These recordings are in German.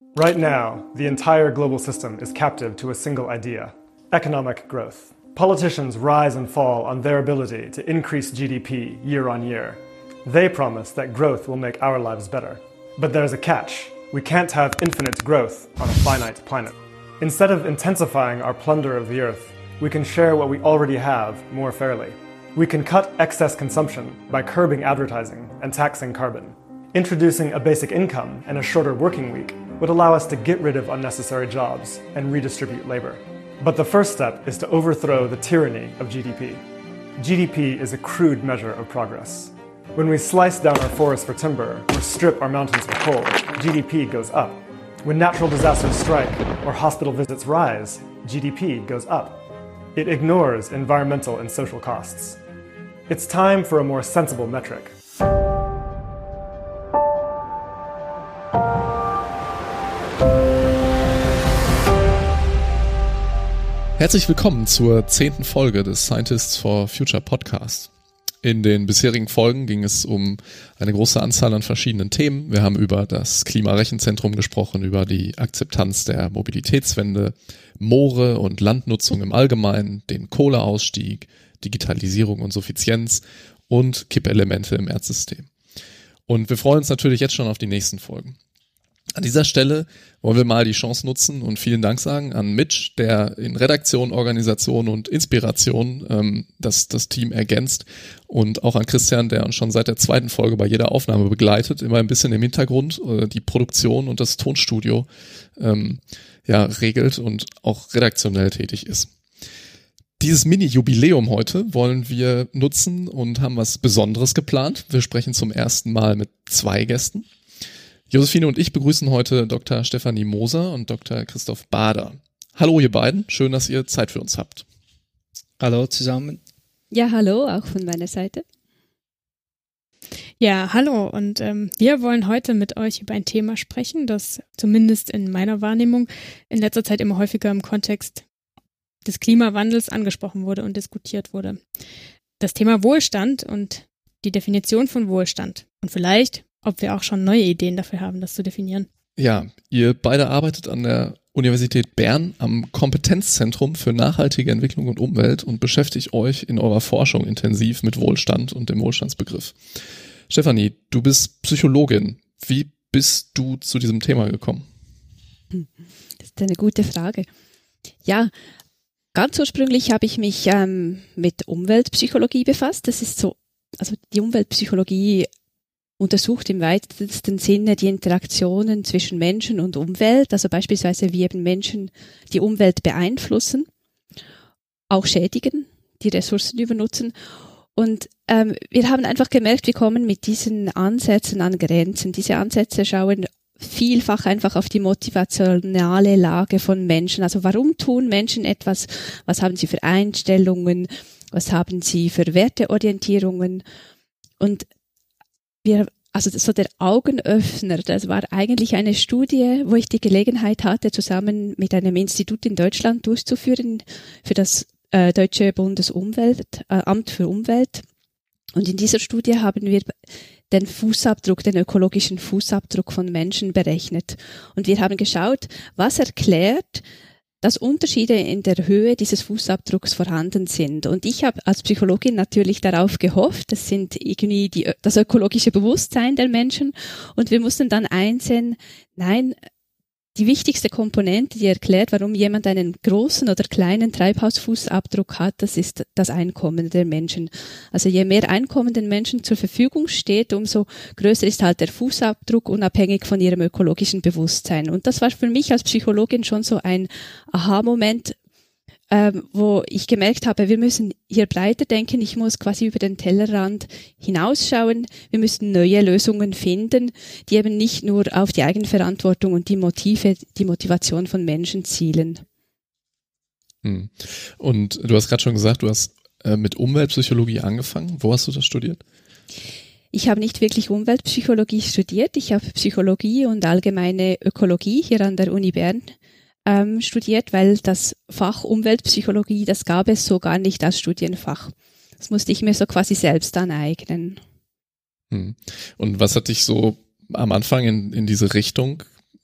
Right now, the entire global system is captive to a single idea: economic growth. Politicians rise and fall on their ability to increase GDP year on year. They promise that growth will make our lives better. But there's a catch. We can't have infinite growth on a finite planet. Instead of intensifying our plunder of the earth, we can share what we already have more fairly. We can cut excess consumption by curbing advertising and taxing carbon. Introducing a basic income and a shorter working week would allow us to get rid of unnecessary jobs and redistribute labor. But the first step is to overthrow the tyranny of GDP. GDP is a crude measure of progress. When we slice down our forests for timber or strip our mountains for coal, GDP goes up. When natural disasters strike or hospital visits rise, GDP goes up. It ignores environmental and social costs. It's time for a more sensible metric. Herzlich willkommen zur 10. Folge des Scientists for Future Podcast. In den bisherigen Folgen ging es um eine große Anzahl an verschiedenen Themen. Wir haben über das Klimarechenzentrum gesprochen, über die Akzeptanz der Mobilitätswende, Moore und Landnutzung im Allgemeinen, den Kohleausstieg, Digitalisierung und Suffizienz und Kippelemente im Erdsystem. Und wir freuen uns natürlich jetzt schon auf die nächsten Folgen. An dieser Stelle wollen wir mal die Chance nutzen und vielen Dank sagen an Mitch, der in Redaktion, Organisation und Inspiration das Team ergänzt, und auch an Christian, der uns schon seit der 2. Folge bei jeder Aufnahme begleitet, immer ein bisschen im Hintergrund die Produktion und das Tonstudio regelt und auch redaktionell tätig ist. Dieses Mini-Jubiläum heute wollen wir nutzen und haben was Besonderes geplant. Wir sprechen zum ersten Mal mit 2 Gästen. Josephine und ich begrüßen heute Dr. Stefanie Moser und Dr. Christoph Bader. Hallo ihr beiden, schön, dass ihr Zeit für uns habt. Hallo zusammen. Ja, hallo, auch von meiner Seite. Ja, hallo, und wir wollen heute mit euch über ein Thema sprechen, das zumindest in meiner Wahrnehmung in letzter Zeit immer häufiger im Kontext des Klimawandels angesprochen wurde und diskutiert wurde. Das Thema Wohlstand und die Definition von Wohlstand. Und vielleicht, ob wir auch schon neue Ideen dafür haben, das zu definieren. Ja, ihr beide arbeitet an der Universität Bern am Kompetenzzentrum für nachhaltige Entwicklung und Umwelt und beschäftigt euch in eurer Forschung intensiv mit Wohlstand und dem Wohlstandsbegriff. Stefanie, du bist Psychologin. Wie bist du zu diesem Thema gekommen? Das ist eine gute Frage. Ja, ganz ursprünglich habe ich mich mit Umweltpsychologie befasst. Das ist so, also die Umweltpsychologie untersucht im weitesten Sinne die Interaktionen zwischen Menschen und Umwelt, also beispielsweise wie eben Menschen die Umwelt beeinflussen, auch schädigen, die Ressourcen übernutzen. Und wir haben einfach gemerkt, wir kommen mit diesen Ansätzen an Grenzen. Diese Ansätze schauen vielfach einfach auf die motivationale Lage von Menschen. Also warum tun Menschen etwas? Was haben sie für Einstellungen? Was haben sie für Werteorientierungen? Und also so der Augenöffner, das war eigentlich eine Studie, wo ich die Gelegenheit hatte, zusammen mit einem Institut in Deutschland durchzuführen für das Deutsche Amt für Umwelt. Und in dieser Studie haben wir den ökologischen Fußabdruck von Menschen berechnet. Und wir haben geschaut, was erklärt, dass Unterschiede in der Höhe dieses Fußabdrucks vorhanden sind. Und ich habe als Psychologin natürlich darauf gehofft, das sind irgendwie das ökologische Bewusstsein der Menschen. Und wir mussten dann einsehen, nein, die wichtigste Komponente, die erklärt, warum jemand einen großen oder kleinen Treibhausfußabdruck hat, das ist das Einkommen der Menschen. Also je mehr Einkommen den Menschen zur Verfügung steht, umso größer ist halt der Fußabdruck, unabhängig von ihrem ökologischen Bewusstsein. Und das war für mich als Psychologin schon so ein Aha-Moment, wo ich gemerkt habe, wir müssen hier breiter denken, ich muss quasi über den Tellerrand hinausschauen, wir müssen neue Lösungen finden, die eben nicht nur auf die Eigenverantwortung und die Motivation von Menschen zielen. Und du hast gerade schon gesagt, du hast mit Umweltpsychologie angefangen. Wo hast du das studiert? Ich habe nicht wirklich Umweltpsychologie studiert, ich habe Psychologie und allgemeine Ökologie hier an der Uni Bern studiert, weil das Fach Umweltpsychologie, das gab es so gar nicht als Studienfach. Das musste ich mir so quasi selbst aneignen. Und was hat dich so am Anfang in diese Richtung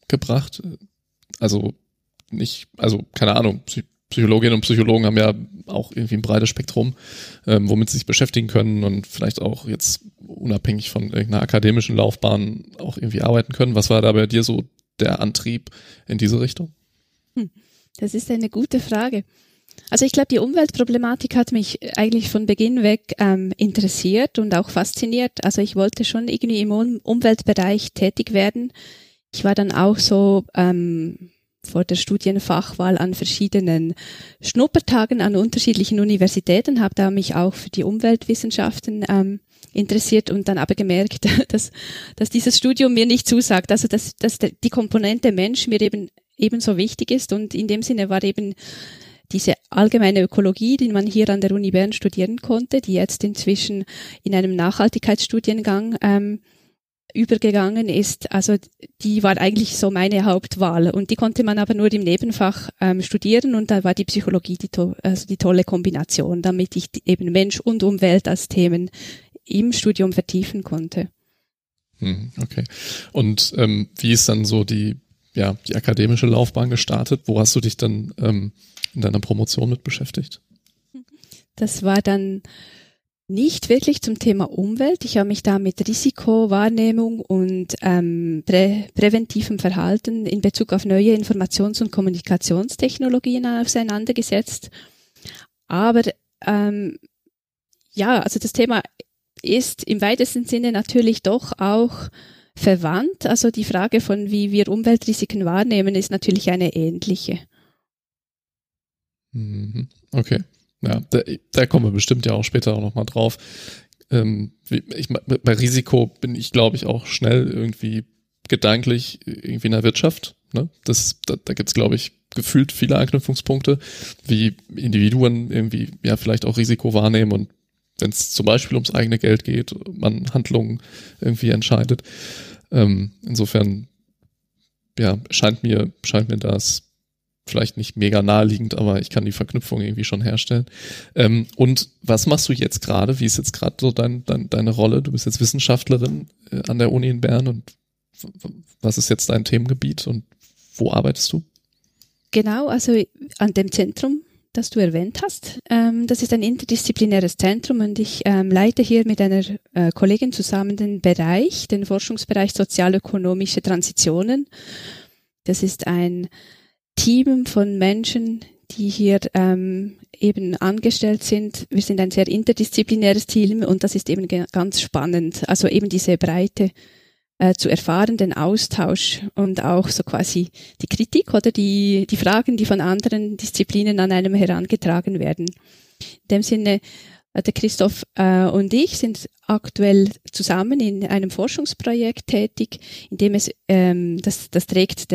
gebracht? Also keine Ahnung, Psychologinnen und Psychologen haben ja auch irgendwie ein breites Spektrum, womit sie sich beschäftigen können und vielleicht auch jetzt unabhängig von irgendeiner akademischen Laufbahn auch irgendwie arbeiten können. Was war da bei dir so der Antrieb in diese Richtung? Das ist eine gute Frage. Also ich glaube, die Umweltproblematik hat mich eigentlich von Beginn weg interessiert und auch fasziniert. Also ich wollte schon irgendwie im Umweltbereich tätig werden. Ich war dann auch so vor der Studienfachwahl an verschiedenen Schnuppertagen an unterschiedlichen Universitäten, habe da mich auch für die Umweltwissenschaften interessiert und dann aber gemerkt, dass dieses Studium mir nicht zusagt, also dass die Komponente Mensch mir ebenso wichtig ist, und in dem Sinne war eben diese allgemeine Ökologie, die man hier an der Uni Bern studieren konnte, die jetzt inzwischen in einem Nachhaltigkeitsstudiengang übergegangen ist, also die war eigentlich so meine Hauptwahl, und die konnte man aber nur im Nebenfach studieren, und da war die Psychologie die tolle Kombination, damit ich eben Mensch und Umwelt als Themen im Studium vertiefen konnte. Okay. Und wie ist dann so die akademische Laufbahn gestartet? Wo hast du dich dann in deiner Promotion mit beschäftigt? Das war dann nicht wirklich zum Thema Umwelt. Ich habe mich da mit Risikowahrnehmung und präventivem Verhalten in Bezug auf neue Informations- und Kommunikationstechnologien auseinandergesetzt. Aber also das Thema ist im weitesten Sinne natürlich doch auch verwandt. Also die Frage von, wie wir Umweltrisiken wahrnehmen, ist natürlich eine ähnliche. Okay. Ja, da kommen wir bestimmt ja auch später auch nochmal drauf. Bei Risiko bin ich, glaube ich, auch schnell irgendwie gedanklich irgendwie in der Wirtschaft. Ne? Da gibt's, glaube ich, gefühlt viele Anknüpfungspunkte, wie Individuen irgendwie ja vielleicht auch Risiko wahrnehmen, und wenn es zum Beispiel ums eigene Geld geht, man Handlungen irgendwie entscheidet. Insofern scheint mir das vielleicht nicht mega naheliegend, aber ich kann die Verknüpfung irgendwie schon herstellen. Und was machst du jetzt gerade? Wie ist jetzt gerade so deine Rolle? Du bist jetzt Wissenschaftlerin an der Uni in Bern, und was ist jetzt dein Themengebiet und wo arbeitest du? Genau, also an dem Zentrum, das du erwähnt hast. Das ist ein interdisziplinäres Zentrum, und ich leite hier mit einer Kollegin zusammen den Forschungsbereich sozialökonomische Transitionen. Das ist ein Team von Menschen, die hier eben angestellt sind. Wir sind ein sehr interdisziplinäres Team, und das ist eben ganz spannend. Also eben diese Breite zu erfahren, den Austausch und auch so quasi die Kritik oder die Fragen, die von anderen Disziplinen an einem herangetragen werden. In dem Sinne, der Christoph und ich sind aktuell zusammen in einem Forschungsprojekt tätig, in dem es das trägt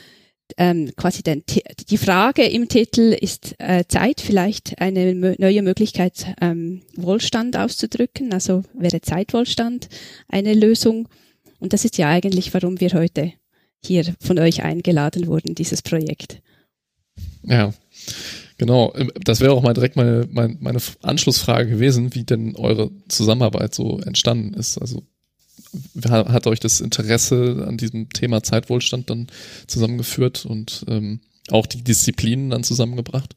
die Frage im Titel ist Zeit vielleicht eine neue Möglichkeit, Wohlstand auszudrücken, also wäre Zeitwohlstand eine Lösung. Und das ist ja eigentlich, warum wir heute hier von euch eingeladen wurden, dieses Projekt. Ja, genau. Das wäre auch mal direkt meine Anschlussfrage gewesen, wie denn eure Zusammenarbeit so entstanden ist. Also hat euch das Interesse an diesem Thema Zeitwohlstand dann zusammengeführt und auch die Disziplinen dann zusammengebracht?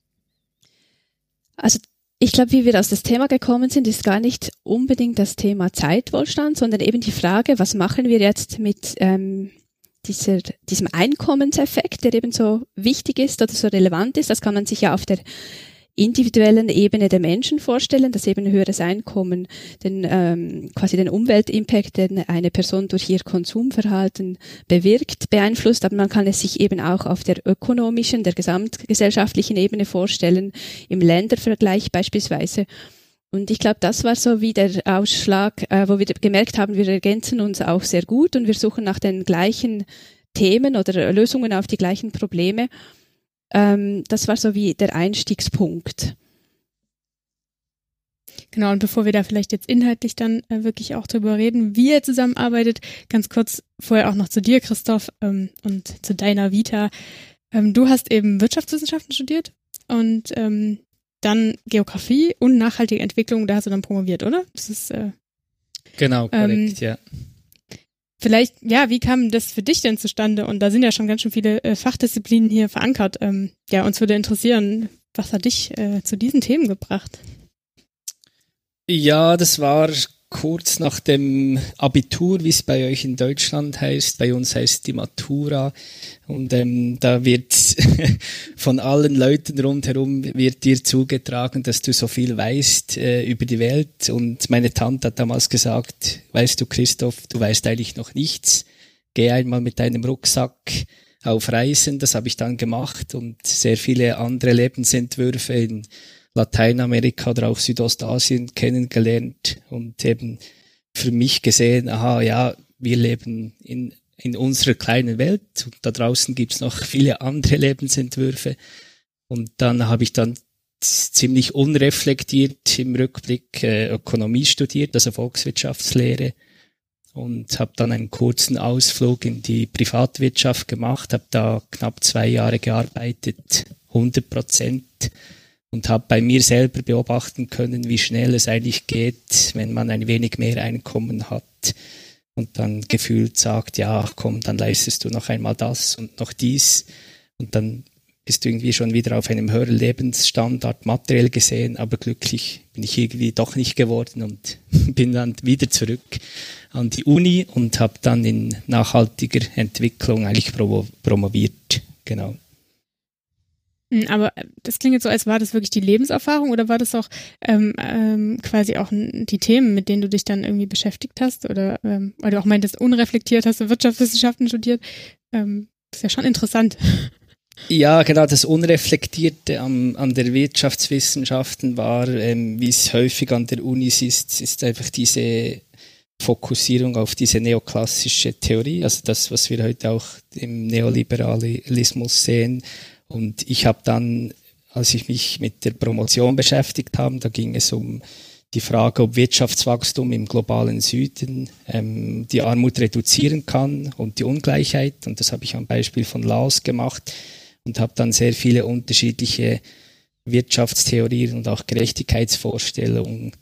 Also ich glaube, wie wir aus das Thema gekommen sind, ist gar nicht unbedingt das Thema Zeitwohlstand, sondern eben die Frage, was machen wir jetzt mit diesem Einkommenseffekt, der eben so wichtig ist oder so relevant ist. Das kann man sich ja auf der individuellen Ebene der Menschen vorstellen, dass eben höheres Einkommen quasi den Umweltimpact, den eine Person durch ihr Konsumverhalten bewirkt, beeinflusst, aber man kann es sich eben auch auf der ökonomischen, der gesamtgesellschaftlichen Ebene vorstellen, im Ländervergleich beispielsweise. Und ich glaube, das war so wie der Ausschlag, wo wir gemerkt haben, wir ergänzen uns auch sehr gut und wir suchen nach den gleichen Themen oder Lösungen auf die gleichen Probleme. Das war so wie der Einstiegspunkt. Genau, und bevor wir da vielleicht jetzt inhaltlich dann wirklich auch drüber reden, wie ihr zusammenarbeitet, ganz kurz vorher auch noch zu dir, Christoph, und zu deiner Vita. Du hast eben Wirtschaftswissenschaften studiert und dann Geografie und nachhaltige Entwicklung, da hast du dann promoviert, oder? Das ist genau, korrekt, ja. Vielleicht, ja, wie kam das für dich denn zustande? Und da sind ja schon ganz schön viele Fachdisziplinen hier verankert. Ja, uns würde interessieren, was hat dich zu diesen Themen gebracht? Ja, das war kurz nach dem Abitur, wie es bei euch in Deutschland heißt. Bei uns heißt die Matura. Und da wird von allen Leuten rundherum wird dir zugetragen, dass du so viel weißt über die Welt. Und meine Tante hat damals gesagt, weißt du, Christoph, du weißt eigentlich noch nichts. Geh einmal mit deinem Rucksack auf Reisen. Das habe ich dann gemacht und sehr viele andere Lebensentwürfe in Lateinamerika oder auch Südostasien kennengelernt und eben für mich gesehen, aha, ja, wir leben in unserer kleinen Welt und da draußen gibt's noch viele andere Lebensentwürfe. Und dann habe ich dann ziemlich unreflektiert im Rückblick Ökonomie studiert, also Volkswirtschaftslehre, und habe dann einen kurzen Ausflug in die Privatwirtschaft gemacht, habe da knapp 2 Jahre gearbeitet, 100%. Und habe bei mir selber beobachten können, wie schnell es eigentlich geht, wenn man ein wenig mehr Einkommen hat und dann gefühlt sagt, ja, komm, dann leistest du noch einmal das und noch dies und dann bist du irgendwie schon wieder auf einem höheren Lebensstandard materiell gesehen, aber glücklich bin ich irgendwie doch nicht geworden und bin dann wieder zurück an die Uni und habe dann in nachhaltiger Entwicklung eigentlich promoviert, genau. Aber das klingt jetzt so, als war das wirklich die Lebenserfahrung oder war das auch quasi auch die Themen, mit denen du dich dann irgendwie beschäftigt hast oder weil du auch meintest, unreflektiert hast du Wirtschaftswissenschaften studiert. Das ist ja schon interessant. Ja, genau, das Unreflektierte an der Wirtschaftswissenschaften war, wie es häufig an der Uni ist einfach diese Fokussierung auf diese neoklassische Theorie, also das, was wir heute auch im Neoliberalismus sehen. Und ich habe dann, als ich mich mit der Promotion beschäftigt habe, da ging es um die Frage, ob Wirtschaftswachstum im globalen Süden die Armut reduzieren kann und die Ungleichheit. Und das habe ich am Beispiel von Laos gemacht und habe dann sehr viele unterschiedliche Wirtschaftstheorien und auch Gerechtigkeitsvorstellungen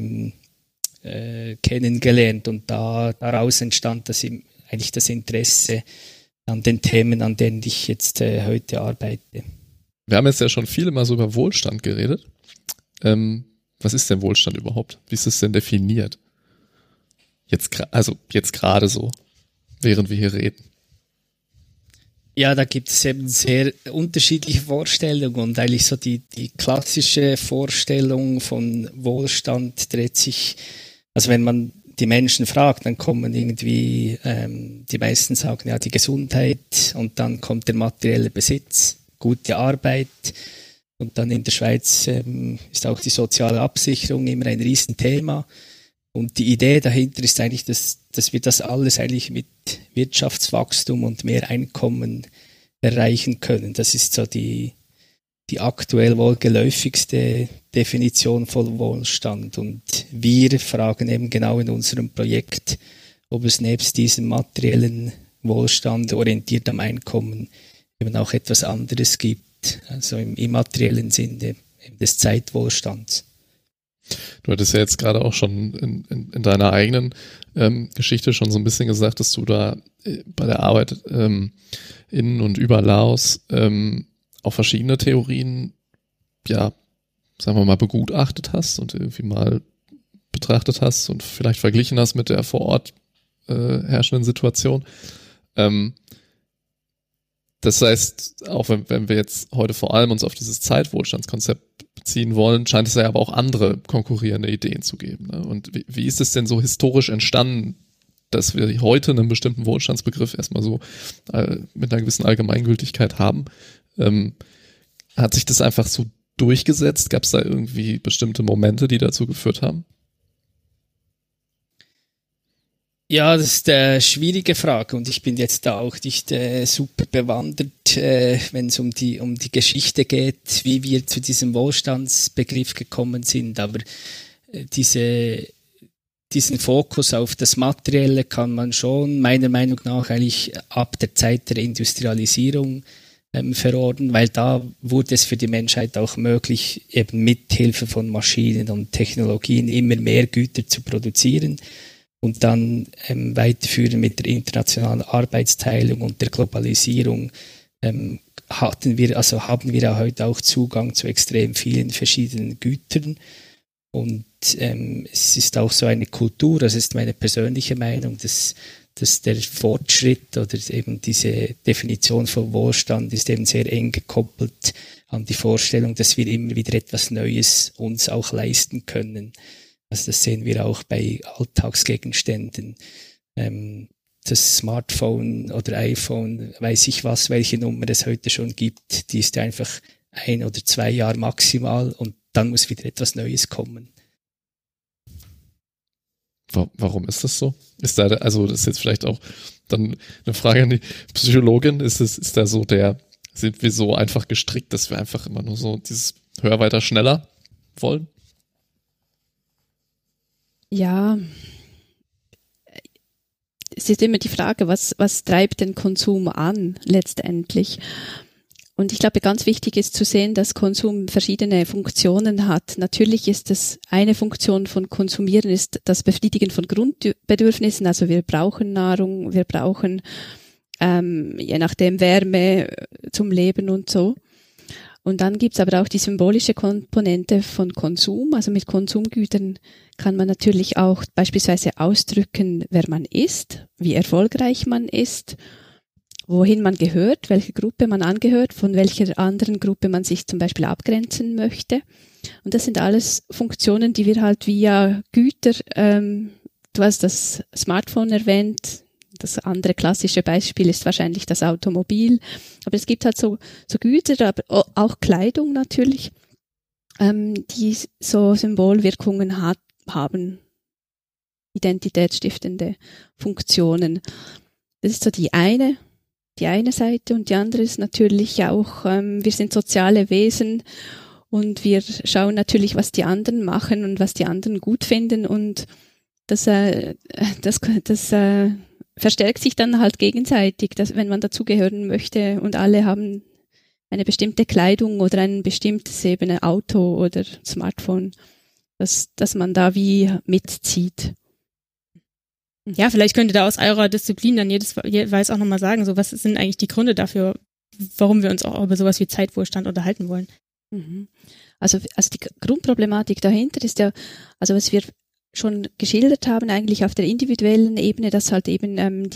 kennengelernt. Und daraus entstand eigentlich das Interesse an den Themen, an denen ich jetzt heute arbeite. Wir haben jetzt ja schon viel immer so über Wohlstand geredet. Was ist denn Wohlstand überhaupt? Wie ist es denn definiert? Jetzt gerade so, während wir hier reden. Ja, da gibt es eben sehr unterschiedliche Vorstellungen und eigentlich so die klassische Vorstellung von Wohlstand dreht sich, also wenn man die Menschen fragt, dann kommen irgendwie, die meisten sagen ja die Gesundheit und dann kommt der materielle Besitz, gute Arbeit und dann in der Schweiz ist auch die soziale Absicherung immer ein Riesenthema und die Idee dahinter ist eigentlich, dass wir das alles eigentlich mit Wirtschaftswachstum und mehr Einkommen erreichen können. Das ist so die aktuell wohl geläufigste Definition von Wohlstand. Und wir fragen eben genau in unserem Projekt, ob es nebst diesem materiellen Wohlstand orientiert am Einkommen eben auch etwas anderes gibt, also im immateriellen Sinne des Zeitwohlstands. Du hattest ja jetzt gerade auch schon in deiner eigenen Geschichte schon so ein bisschen gesagt, dass du da bei der Arbeit in und über Laos auch verschiedene Theorien, ja, sagen wir mal, begutachtet hast und irgendwie mal betrachtet hast und vielleicht verglichen hast mit der vor Ort herrschenden Situation. Das heißt, auch wenn wir jetzt heute vor allem uns auf dieses Zeitwohlstandskonzept beziehen wollen, scheint es ja aber auch andere konkurrierende Ideen zu geben. Ne? Und wie ist es denn so historisch entstanden, dass wir heute einen bestimmten Wohlstandsbegriff erstmal so mit einer gewissen Allgemeingültigkeit haben? Hat sich das einfach so durchgesetzt? Gab es da irgendwie bestimmte Momente, die dazu geführt haben? Ja, das ist eine schwierige Frage und ich bin jetzt da auch nicht super bewandert, wenn es um die Geschichte geht, wie wir zu diesem Wohlstandsbegriff gekommen sind. Aber diesen Fokus auf das Materielle kann man schon meiner Meinung nach eigentlich ab der Zeit der Industrialisierung verorten, weil da wurde es für die Menschheit auch möglich, eben mit Hilfe von Maschinen und Technologien immer mehr Güter zu produzieren. und dann weiterführen mit der internationalen Arbeitsteilung und der Globalisierung, haben wir ja heute auch Zugang zu extrem vielen verschiedenen Gütern. Und es ist auch so eine Kultur, das ist meine persönliche Meinung, dass der Fortschritt oder eben diese Definition von Wohlstand ist eben sehr eng gekoppelt an die Vorstellung, dass wir immer wieder etwas Neues uns auch leisten können. Also das sehen wir auch bei Alltagsgegenständen. Das Smartphone oder iPhone, weiß ich was, welche Nummer es heute schon gibt, die ist einfach 1 oder 2 Jahre maximal und dann muss wieder etwas Neues kommen. Warum ist das so? Ist da, also das ist jetzt vielleicht auch dann eine Frage an die Psychologin, ist da so sind wir so einfach gestrickt, dass wir einfach immer nur so dieses höher, weiter, schneller wollen? Ja, es ist immer die Frage, was treibt den Konsum an letztendlich? Und ich glaube, ganz wichtig ist zu sehen, dass Konsum verschiedene Funktionen hat. Natürlich ist es eine Funktion von Konsumieren, ist das Befriedigen von Grundbedürfnissen. Also wir brauchen Nahrung, wir brauchen je nachdem Wärme zum Leben und so. Und dann gibt's aber auch die symbolische Komponente von Konsum. Also mit Konsumgütern kann man natürlich auch beispielsweise ausdrücken, wer man ist, wie erfolgreich man ist, wohin man gehört, welche Gruppe man angehört, von welcher anderen Gruppe man sich zum Beispiel abgrenzen möchte. Und das sind alles Funktionen, die wir halt via Güter, du hast das Smartphone erwähnt, das andere klassische Beispiel ist wahrscheinlich das Automobil, aber es gibt halt so Güter, aber auch Kleidung natürlich, die so Symbolwirkungen haben, identitätsstiftende Funktionen. Das ist so die eine Seite und die andere ist natürlich auch, wir sind soziale Wesen und wir schauen natürlich, was die anderen machen und was die anderen gut finden und das verstärkt sich dann halt gegenseitig, dass, wenn man dazugehören möchte und alle haben eine bestimmte Kleidung oder ein bestimmtes eben Auto oder Smartphone, dass man da wie mitzieht. Ja, vielleicht könnte da aus eurer Disziplin dann jeweils auch nochmal sagen, so was sind eigentlich die Gründe dafür, warum wir uns auch über sowas wie Zeitwohlstand unterhalten wollen. Also die Grundproblematik dahinter ist ja, also was wir schon geschildert haben, eigentlich auf der individuellen Ebene, dass halt eben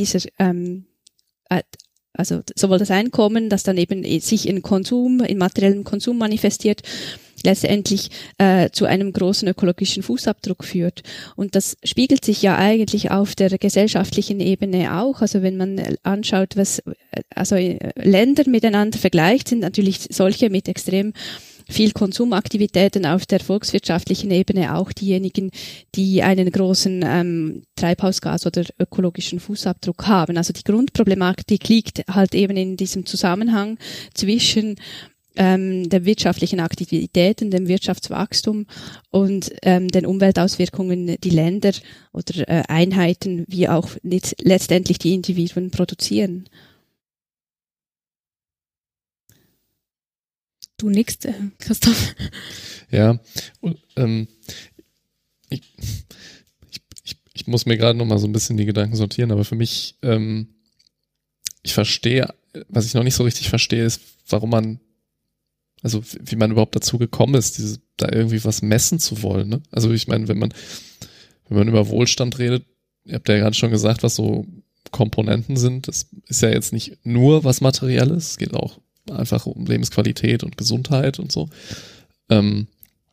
also sowohl das Einkommen, das dann eben sich in materiellem Konsum manifestiert, letztendlich zu einem großen ökologischen Fußabdruck führt. Und das spiegelt sich ja eigentlich auf der gesellschaftlichen Ebene auch. Also wenn man anschaut, was Länder miteinander vergleicht, sind natürlich solche mit extrem viel Konsumaktivitäten auf der volkswirtschaftlichen Ebene auch diejenigen, die einen großen Treibhausgas- oder ökologischen Fußabdruck haben. Also die Grundproblematik liegt halt eben in diesem Zusammenhang zwischen der wirtschaftlichen Aktivitäten, dem Wirtschaftswachstum und den Umweltauswirkungen, die Länder oder Einheiten wie auch letztendlich die Individuen produzieren. Du nickst, Christoph. Ja, und, ich muss mir gerade noch mal so ein bisschen die Gedanken sortieren, aber für mich, ich verstehe, was ich noch nicht so richtig verstehe, ist, wie man überhaupt dazu gekommen ist, da irgendwie was messen zu wollen. Ne? Also ich meine, wenn man über Wohlstand redet, ihr habt ja gerade schon gesagt, was so Komponenten sind, das ist ja jetzt nicht nur was Materielles, es geht auch einfach um Lebensqualität und Gesundheit und so. Dann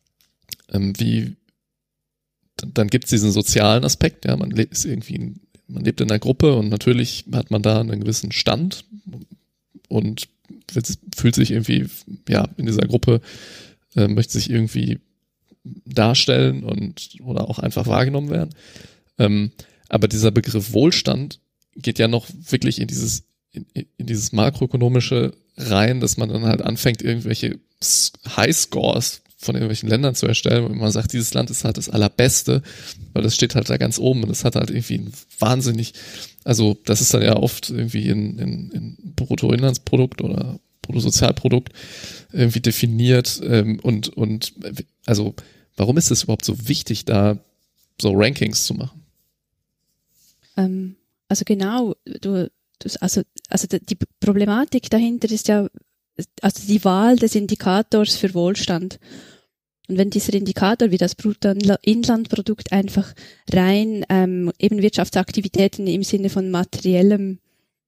gibt's diesen sozialen Aspekt, ja, man lebt in einer Gruppe und natürlich hat man da einen gewissen Stand und fühlt sich irgendwie, ja, in dieser Gruppe, möchte sich irgendwie darstellen oder auch einfach wahrgenommen werden. Aber dieser Begriff Wohlstand geht ja noch wirklich in dieses makroökonomische rein, dass man dann halt anfängt, irgendwelche Highscores von irgendwelchen Ländern zu erstellen, und man sagt, dieses Land ist halt das Allerbeste, weil das steht halt da ganz oben und das hat halt irgendwie ein wahnsinnig, also das ist dann ja oft irgendwie in Bruttoinlandsprodukt oder Bruttosozialprodukt irgendwie definiert, und also warum ist es überhaupt so wichtig, da so Rankings zu machen? Also genau, die Problematik dahinter ist ja, also die Wahl des Indikators für Wohlstand. Und wenn dieser Indikator wie das Bruttoinlandprodukt einfach rein eben Wirtschaftsaktivitäten im Sinne von materiellem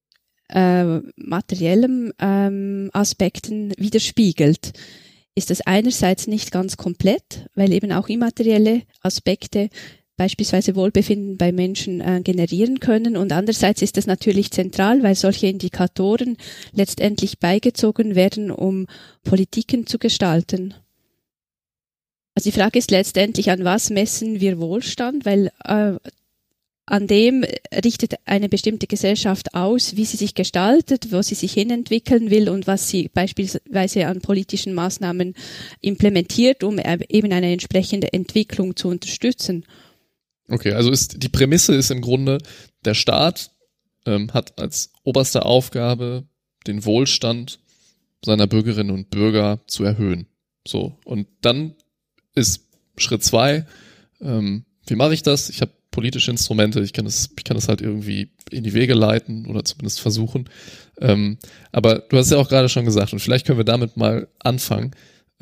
Aspekten widerspiegelt, ist das einerseits nicht ganz komplett, weil eben auch immaterielle Aspekte beispielsweise Wohlbefinden bei Menschen generieren können, und andererseits ist das natürlich zentral, weil solche Indikatoren letztendlich beigezogen werden, um Politiken zu gestalten. Also die Frage ist letztendlich, an was messen wir Wohlstand, weil an dem richtet eine bestimmte Gesellschaft aus, wie sie sich gestaltet, wo sie sich hinentwickeln will und was sie beispielsweise an politischen Maßnahmen implementiert, um eben eine entsprechende Entwicklung zu unterstützen. Okay, also die Prämisse ist im Grunde, der Staat hat als oberste Aufgabe, den Wohlstand seiner Bürgerinnen und Bürger zu erhöhen. So, und dann ist Schritt 2, wie mache ich das? Ich habe politische Instrumente, ich kann das halt irgendwie in die Wege leiten oder zumindest versuchen. Aber du hast ja auch gerade schon gesagt, und vielleicht können wir damit mal anfangen.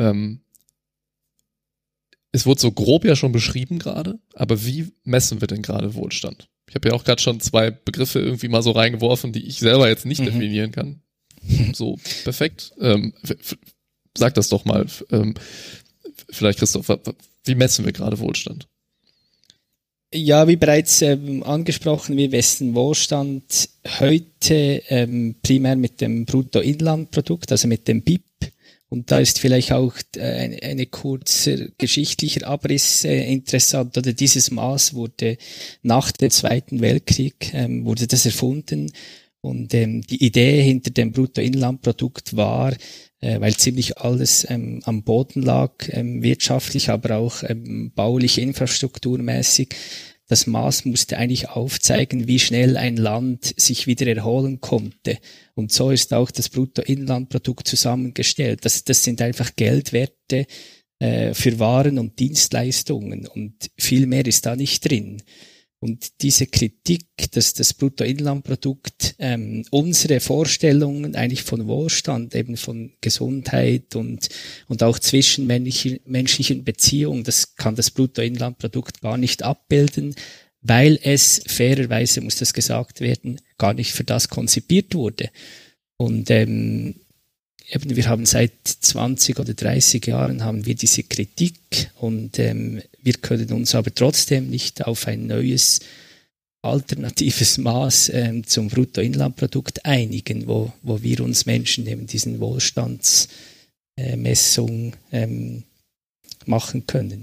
Es wurde so grob ja schon beschrieben gerade, aber wie messen wir denn gerade Wohlstand? Ich habe ja auch gerade schon 2 Begriffe irgendwie mal so reingeworfen, die ich selber jetzt nicht definieren kann. So, perfekt. Sag das doch mal. Vielleicht, Christoph, wie messen wir gerade Wohlstand? Ja, wie bereits angesprochen, wir messen Wohlstand heute primär mit dem Bruttoinlandprodukt, also mit dem BIP. Und da ist vielleicht auch eine kurze geschichtlicher Abriss interessant. Oder dieses Maß wurde nach dem Zweiten Weltkrieg wurde das erfunden. Und die Idee hinter dem Bruttoinlandprodukt war, weil ziemlich alles am Boden lag, wirtschaftlich, aber auch baulich, infrastrukturmäßig. Das Maß musste eigentlich aufzeigen, wie schnell ein Land sich wieder erholen konnte. Und so ist auch das Bruttoinlandprodukt zusammengestellt. Das sind einfach Geldwerte für Waren und Dienstleistungen. Und viel mehr ist da nicht drin. Und diese Kritik, dass das Bruttoinlandprodukt unsere Vorstellungen eigentlich von Wohlstand, eben von Gesundheit und auch zwischenmenschlichen Beziehungen, das kann das Bruttoinlandprodukt gar nicht abbilden, weil es, fairerweise muss das gesagt werden, gar nicht für das konzipiert wurde. Und eben, wir haben seit 20 oder 30 Jahren haben wir diese Kritik und wir können uns aber trotzdem nicht auf ein neues alternatives Maß zum Bruttoinlandprodukt einigen, wo wir uns Menschen eben diesen Wohlstandsmessung machen können.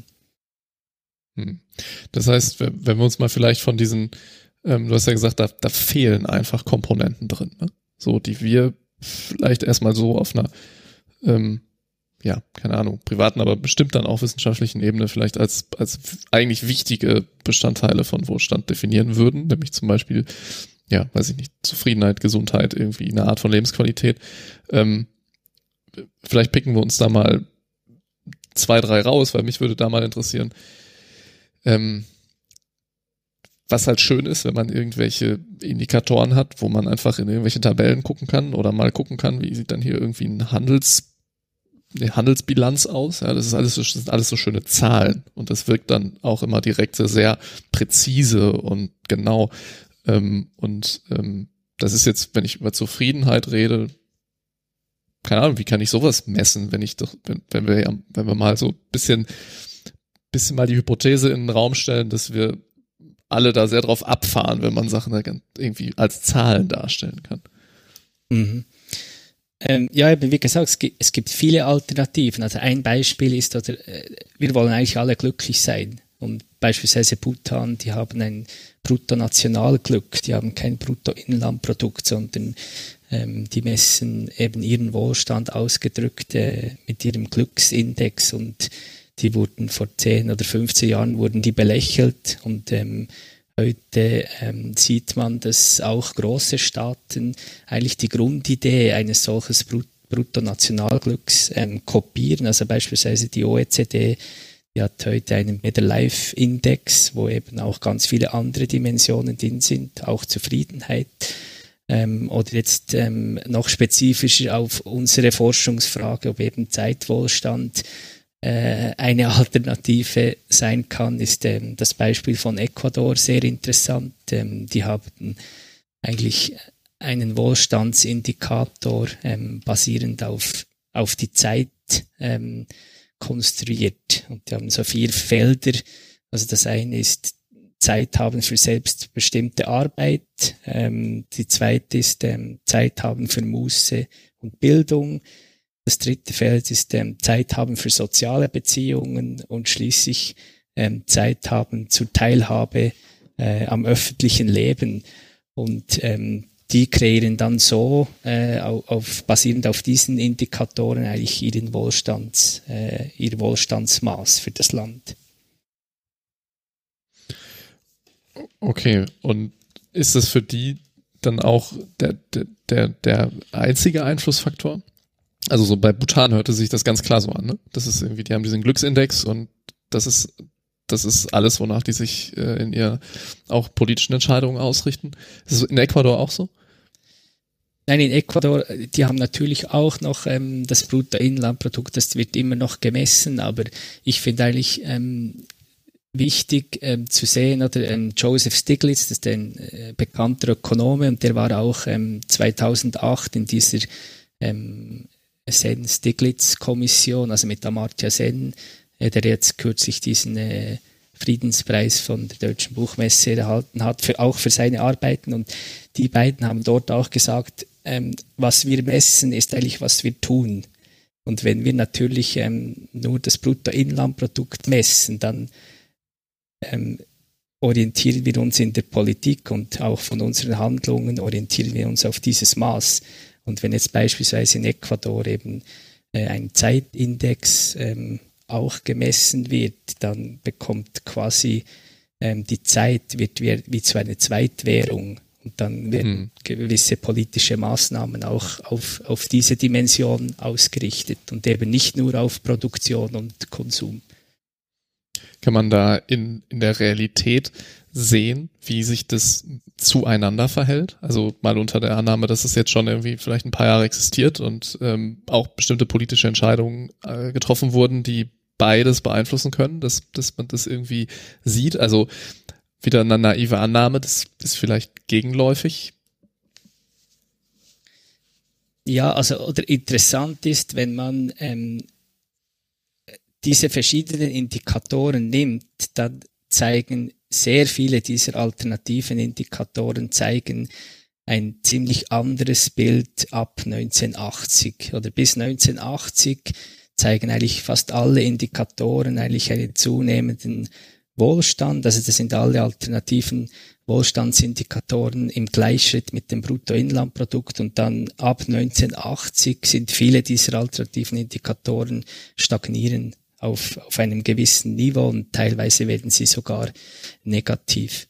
Das heißt, wenn wir uns mal vielleicht von diesen, du hast ja gesagt, da fehlen einfach Komponenten drin, ne? So, die wir vielleicht erstmal so auf einer, keine Ahnung, privaten, aber bestimmt dann auch wissenschaftlichen Ebene vielleicht als eigentlich wichtige Bestandteile von Wohlstand definieren würden, nämlich zum Beispiel, weiß ich nicht, Zufriedenheit, Gesundheit, irgendwie eine Art von Lebensqualität. Vielleicht picken wir uns da mal 2, 3 raus, weil mich würde da mal interessieren, was halt schön ist, wenn man irgendwelche Indikatoren hat, wo man einfach in irgendwelche Tabellen gucken kann oder mal gucken kann, wie sieht dann hier irgendwie eine Handelsbilanz aus. Ja, das sind alles so schöne Zahlen und das wirkt dann auch immer direkt sehr präzise und genau. Das ist jetzt, wenn ich über Zufriedenheit rede, keine Ahnung, wie kann ich sowas messen, wenn wir mal so ein bisschen mal die Hypothese in den Raum stellen, dass wir alle da sehr drauf abfahren, wenn man Sachen irgendwie als Zahlen darstellen kann. Mhm. Wie gesagt, es gibt viele Alternativen. Also ein Beispiel ist, wir wollen eigentlich alle glücklich sein. Und beispielsweise Bhutan, die haben ein Bruttonationalglück, die haben kein Bruttoinlandprodukt, sondern die messen eben ihren Wohlstand ausgedrückt mit ihrem Glücksindex, und die wurden vor 10 oder 15 Jahren die belächelt, und heute sieht man, dass auch große Staaten eigentlich die Grundidee eines solches Bruttonationalglücks kopieren. Also beispielsweise die OECD, die hat heute einen Better Life Index, wo eben auch ganz viele andere Dimensionen drin sind, auch Zufriedenheit. Oder jetzt noch spezifischer auf unsere Forschungsfrage, ob eben Zeitwohlstand eine Alternative sein kann, ist das Beispiel von Ecuador sehr interessant. Die haben eigentlich einen Wohlstandsindikator basierend auf die Zeit konstruiert. Und die haben so 4 Felder. Also das eine ist Zeit haben für selbstbestimmte Arbeit. Die zweite ist Zeit haben für Muße und Bildung. Das dritte Feld ist Zeit haben für soziale Beziehungen und schließlich Zeit haben zur Teilhabe am öffentlichen Leben. Und die kreieren dann so basierend auf diesen Indikatoren eigentlich ihr Wohlstandsmaß für das Land. Okay, und ist das für die dann auch der einzige Einflussfaktor? Also so bei Bhutan hörte sich das ganz klar so an, ne? Das ist irgendwie, die haben diesen Glücksindex und das ist alles, wonach die sich in ihr auch politischen Entscheidungen ausrichten. Ist es in Ecuador auch so? Nein, in Ecuador, die haben natürlich auch noch das Bruttoinlandprodukt, das wird immer noch gemessen, aber ich finde eigentlich wichtig zu sehen, oder Joseph Stiglitz, das ist ein bekannter Ökonome und der war auch 2008 in dieser Sen-Stiglitz-Kommission, also mit Amartya Sen, der jetzt kürzlich diesen Friedenspreis von der Deutschen Buchmesse erhalten hat, auch für seine Arbeiten. Und die beiden haben dort auch gesagt, was wir messen, ist eigentlich, was wir tun. Und wenn wir natürlich nur das Bruttoinlandprodukt messen, dann orientieren wir uns in der Politik und auch von unseren Handlungen orientieren wir uns auf dieses Maß. Und wenn jetzt beispielsweise in Ecuador eben ein Zeitindex auch gemessen wird, dann bekommt quasi die Zeit wird wie zu einer Zweitwährung und dann werden gewisse politische Maßnahmen auch auf diese Dimension ausgerichtet und eben nicht nur auf Produktion und Konsum. Kann man da in der Realität sehen, wie sich das zueinander verhält? Also mal unter der Annahme, dass es jetzt schon irgendwie vielleicht ein paar Jahre existiert und auch bestimmte politische Entscheidungen getroffen wurden, die beides beeinflussen können, dass man das irgendwie sieht. Also wieder eine naive Annahme, das ist vielleicht gegenläufig. Ja, also oder interessant ist, wenn man diese verschiedenen Indikatoren nimmt, dann zeigen sehr viele dieser alternativen Indikatoren zeigen ein ziemlich anderes Bild ab 1980 oder bis 1980 zeigen eigentlich fast alle Indikatoren eigentlich einen zunehmenden Wohlstand. Also das sind alle alternativen Wohlstandsindikatoren im Gleichschritt mit dem Bruttoinlandprodukt und dann ab 1980 sind viele dieser alternativen Indikatoren stagnieren auf einem gewissen Niveau und teilweise werden sie sogar negativ.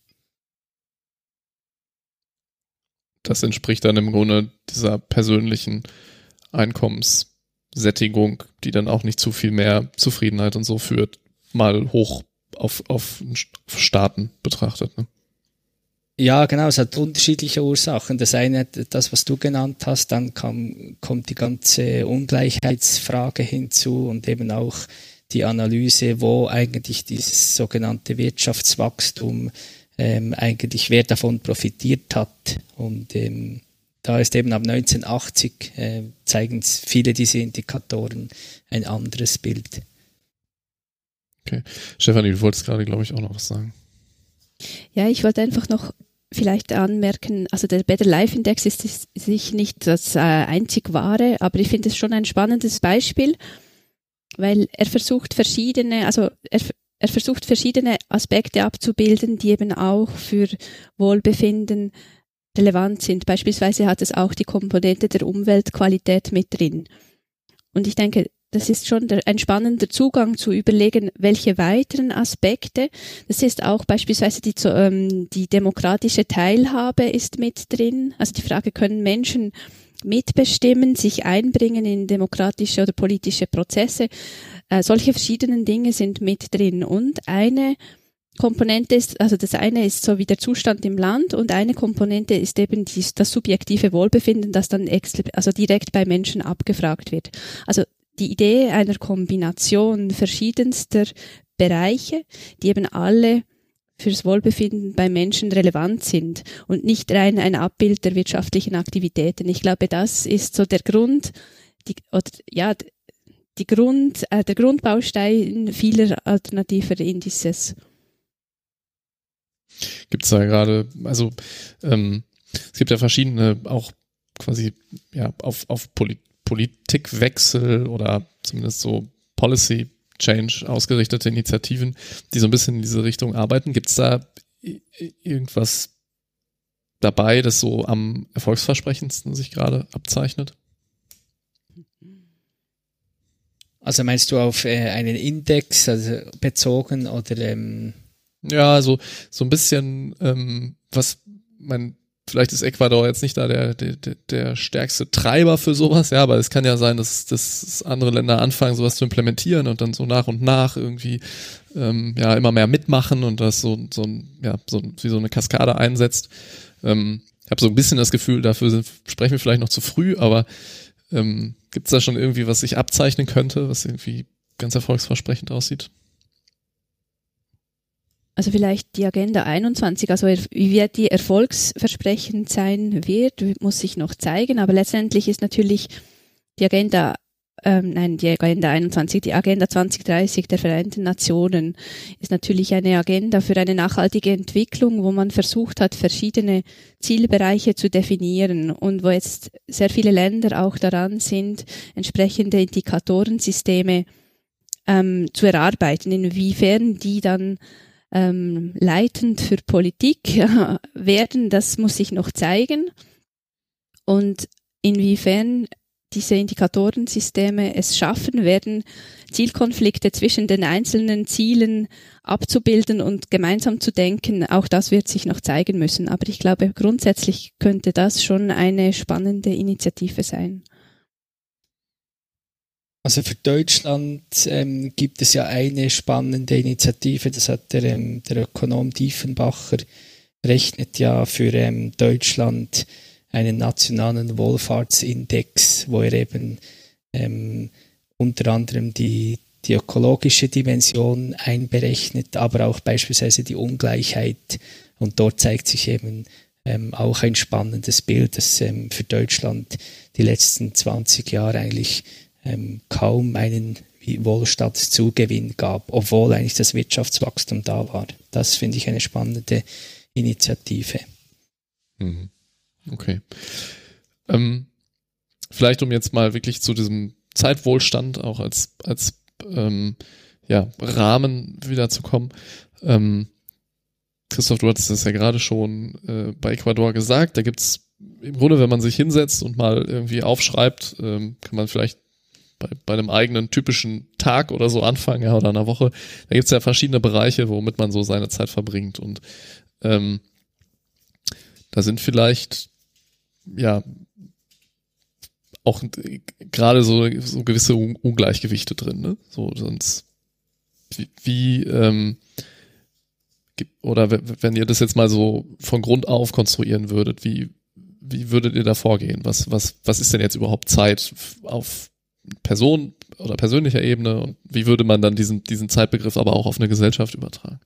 Das entspricht dann im Grunde dieser persönlichen Einkommenssättigung, die dann auch nicht zu viel mehr Zufriedenheit und so führt, mal hoch auf Staaten betrachtet, ne? Ja, genau, es hat unterschiedliche Ursachen. Das eine, das, was du genannt hast, dann kommt die ganze Ungleichheitsfrage hinzu und eben auch die Analyse, wo eigentlich dieses sogenannte Wirtschaftswachstum eigentlich wer davon profitiert hat. Und da ist eben ab 1980 zeigen viele dieser Indikatoren ein anderes Bild. Okay. Stefanie, du wolltest gerade, glaube ich, auch noch was sagen. Ja, ich wollte einfach noch vielleicht anmerken, also der Better Life Index ist sich nicht das einzig wahre, aber ich finde es schon ein spannendes Beispiel, weil er versucht verschiedene Aspekte abzubilden, die eben auch für Wohlbefinden relevant sind. Beispielsweise hat es auch die Komponente der Umweltqualität mit drin. Und ich denke, das ist schon ein spannender Zugang zu überlegen, welche weiteren Aspekte. Das ist auch beispielsweise die demokratische Teilhabe ist mit drin. Also die Frage, können Menschen mitbestimmen, sich einbringen in demokratische oder politische Prozesse. Solche verschiedenen Dinge sind mit drin. Und eine Komponente ist, also das eine ist so wie der Zustand im Land und eine Komponente ist eben das subjektive Wohlbefinden, das dann direkt bei Menschen abgefragt wird. Also die Idee einer Kombination verschiedenster Bereiche, die eben alle fürs Wohlbefinden bei Menschen relevant sind und nicht rein ein Abbild der wirtschaftlichen Aktivitäten. Ich glaube, das ist so der Grundbaustein vieler alternativer Indizes. Gibt es da gerade, also es gibt ja verschiedene auch quasi auf Politikwechsel oder zumindest so Policy Change ausgerichtete Initiativen, die so ein bisschen in diese Richtung arbeiten. Gibt es da irgendwas dabei, das so am erfolgsversprechendsten sich gerade abzeichnet? Also meinst du auf einen Index bezogen oder Ja, also so ein bisschen, vielleicht ist Ecuador jetzt nicht da der stärkste Treiber für sowas, ja, aber es kann ja sein, dass andere Länder anfangen, sowas zu implementieren und dann so nach und nach irgendwie immer mehr mitmachen und das wie so eine Kaskade einsetzt. Ich habe so ein bisschen das Gefühl, dafür sprechen wir vielleicht noch zu früh, aber gibt es da schon irgendwie, was sich abzeichnen könnte, was irgendwie ganz erfolgsversprechend aussieht? Also vielleicht die Agenda 21, also wie wird die erfolgsversprechend sein wird, muss sich noch zeigen, aber letztendlich ist natürlich die Agenda 21, die Agenda 2030 der Vereinten Nationen ist natürlich eine Agenda für eine nachhaltige Entwicklung, wo man versucht hat, verschiedene Zielbereiche zu definieren und wo jetzt sehr viele Länder auch daran sind, entsprechende Indikatorensysteme zu erarbeiten, inwiefern die dann leitend für Politik werden, das muss sich noch zeigen. Und inwiefern diese Indikatorensysteme es schaffen werden, Zielkonflikte zwischen den einzelnen Zielen abzubilden und gemeinsam zu denken, auch das wird sich noch zeigen müssen. Aber ich glaube, grundsätzlich könnte das schon eine spannende Initiative sein. Also für Deutschland gibt es ja eine spannende Initiative, das hat der Ökonom Diefenbacher, rechnet ja für Deutschland einen nationalen Wohlfahrtsindex, wo er eben unter anderem die ökologische Dimension einberechnet, aber auch beispielsweise die Ungleichheit. Und dort zeigt sich eben auch ein spannendes Bild, dass für Deutschland die letzten 20 Jahre eigentlich kaum einen Wohlstandszugewinn gab, obwohl eigentlich das Wirtschaftswachstum da war. Das finde ich eine spannende Initiative. Okay. Vielleicht um jetzt mal wirklich zu diesem Zeitwohlstand auch als Rahmen wiederzukommen. Christoph, du hattest das ja gerade schon bei Ecuador gesagt. Da gibt's im Grunde, wenn man sich hinsetzt und mal irgendwie aufschreibt, kann man vielleicht bei einem eigenen typischen Tag oder so anfangen, ja, oder einer Woche. Da gibt's ja verschiedene Bereiche, womit man so seine Zeit verbringt. Und da sind vielleicht auch gerade so gewisse Ungleichgewichte drin, ne? So, sonst oder wenn ihr das jetzt mal so von Grund auf konstruieren würdet, wie würdet ihr da vorgehen? Was ist denn jetzt überhaupt Zeit auf Person oder persönlicher Ebene und wie würde man dann diesen Zeitbegriff aber auch auf eine Gesellschaft übertragen?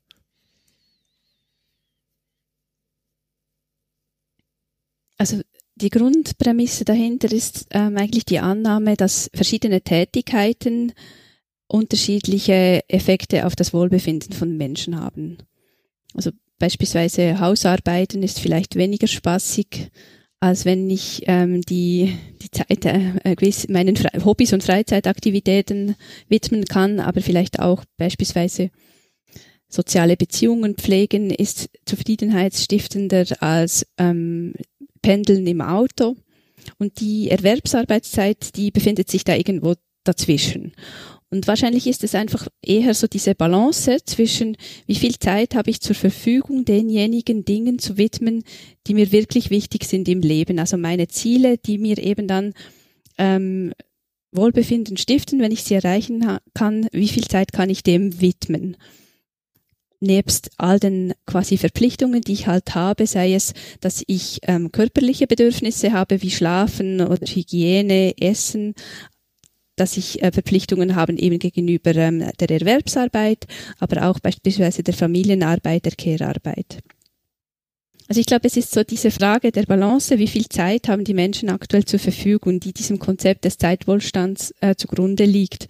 Also die Grundprämisse dahinter ist eigentlich die Annahme, dass verschiedene Tätigkeiten unterschiedliche Effekte auf das Wohlbefinden von Menschen haben. Also beispielsweise Hausarbeiten ist vielleicht weniger spaßig, als wenn ich die Zeit meinen Hobbys und Freizeitaktivitäten widmen kann, aber vielleicht auch beispielsweise soziale Beziehungen pflegen ist zufriedenheitsstiftender als Pendeln im Auto. Und die Erwerbsarbeitszeit, die befindet sich da irgendwo dazwischen. Und wahrscheinlich ist es einfach eher so diese Balance zwischen, wie viel Zeit habe ich zur Verfügung, denjenigen Dingen zu widmen, die mir wirklich wichtig sind im Leben. Also meine Ziele, die mir eben dann Wohlbefinden stiften, wenn ich sie erreichen kann, wie viel Zeit kann ich dem widmen? Nebst all den quasi Verpflichtungen, die ich halt habe, sei es, dass ich körperliche Bedürfnisse habe, wie Schlafen oder Hygiene, Essen, dass ich Verpflichtungen habe eben gegenüber der Erwerbsarbeit, aber auch beispielsweise der Familienarbeit, der Care-Arbeit. Also ich glaube, es ist so diese Frage der Balance, wie viel Zeit haben die Menschen aktuell zur Verfügung, die diesem Konzept des Zeitwohlstands zugrunde liegt.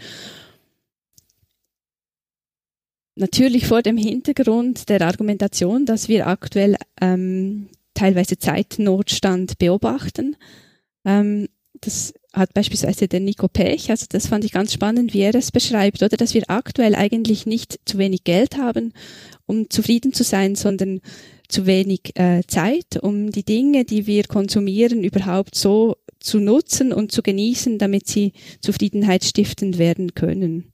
Natürlich vor dem Hintergrund der Argumentation, dass wir aktuell teilweise Zeitnotstand beobachten. Das hat beispielsweise der Nico Pech, also das fand ich ganz spannend, wie er es beschreibt, oder dass wir aktuell eigentlich nicht zu wenig Geld haben, um zufrieden zu sein, sondern zu wenig Zeit, um die Dinge, die wir konsumieren, überhaupt so zu nutzen und zu genießen, damit sie zufriedenheitsstiftend werden können.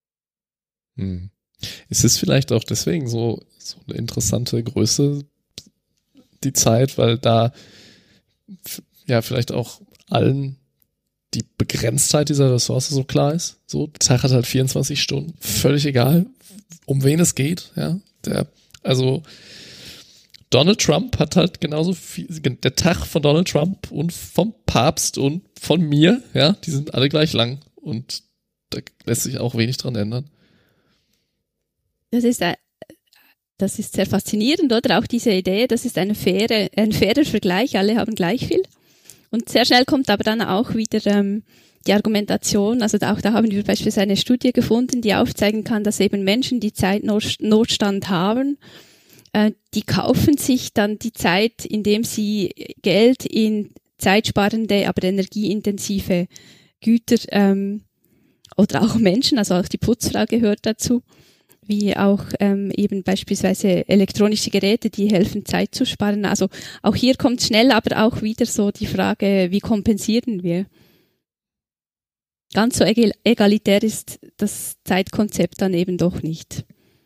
Ist es vielleicht auch deswegen so eine interessante Größe, die Zeit, weil da ja vielleicht auch allen die Begrenztheit dieser Ressource so klar ist. So, der Tag hat halt 24 Stunden, völlig egal, um wen es geht, ja. Also Donald Trump hat halt genauso viel, der Tag von Donald Trump und vom Papst und von mir, ja, die sind alle gleich lang und da lässt sich auch wenig dran ändern. Das ist sehr faszinierend, oder? Auch diese Idee, das ist ein fairer Vergleich, alle haben gleich viel. Und sehr schnell kommt aber dann auch wieder die Argumentation, also auch da haben wir beispielsweise eine Studie gefunden, die aufzeigen kann, dass eben Menschen, die Zeitnotstand haben, die kaufen sich dann die Zeit, indem sie Geld in zeitsparende, aber energieintensive Güter oder auch Menschen, also auch die Putzfrau gehört dazu, wie auch eben beispielsweise elektronische Geräte, die helfen, Zeit zu sparen. Also auch hier kommt schnell aber auch wieder so die Frage, wie kompensieren wir? Ganz so egalitär ist das Zeitkonzept dann eben doch nicht.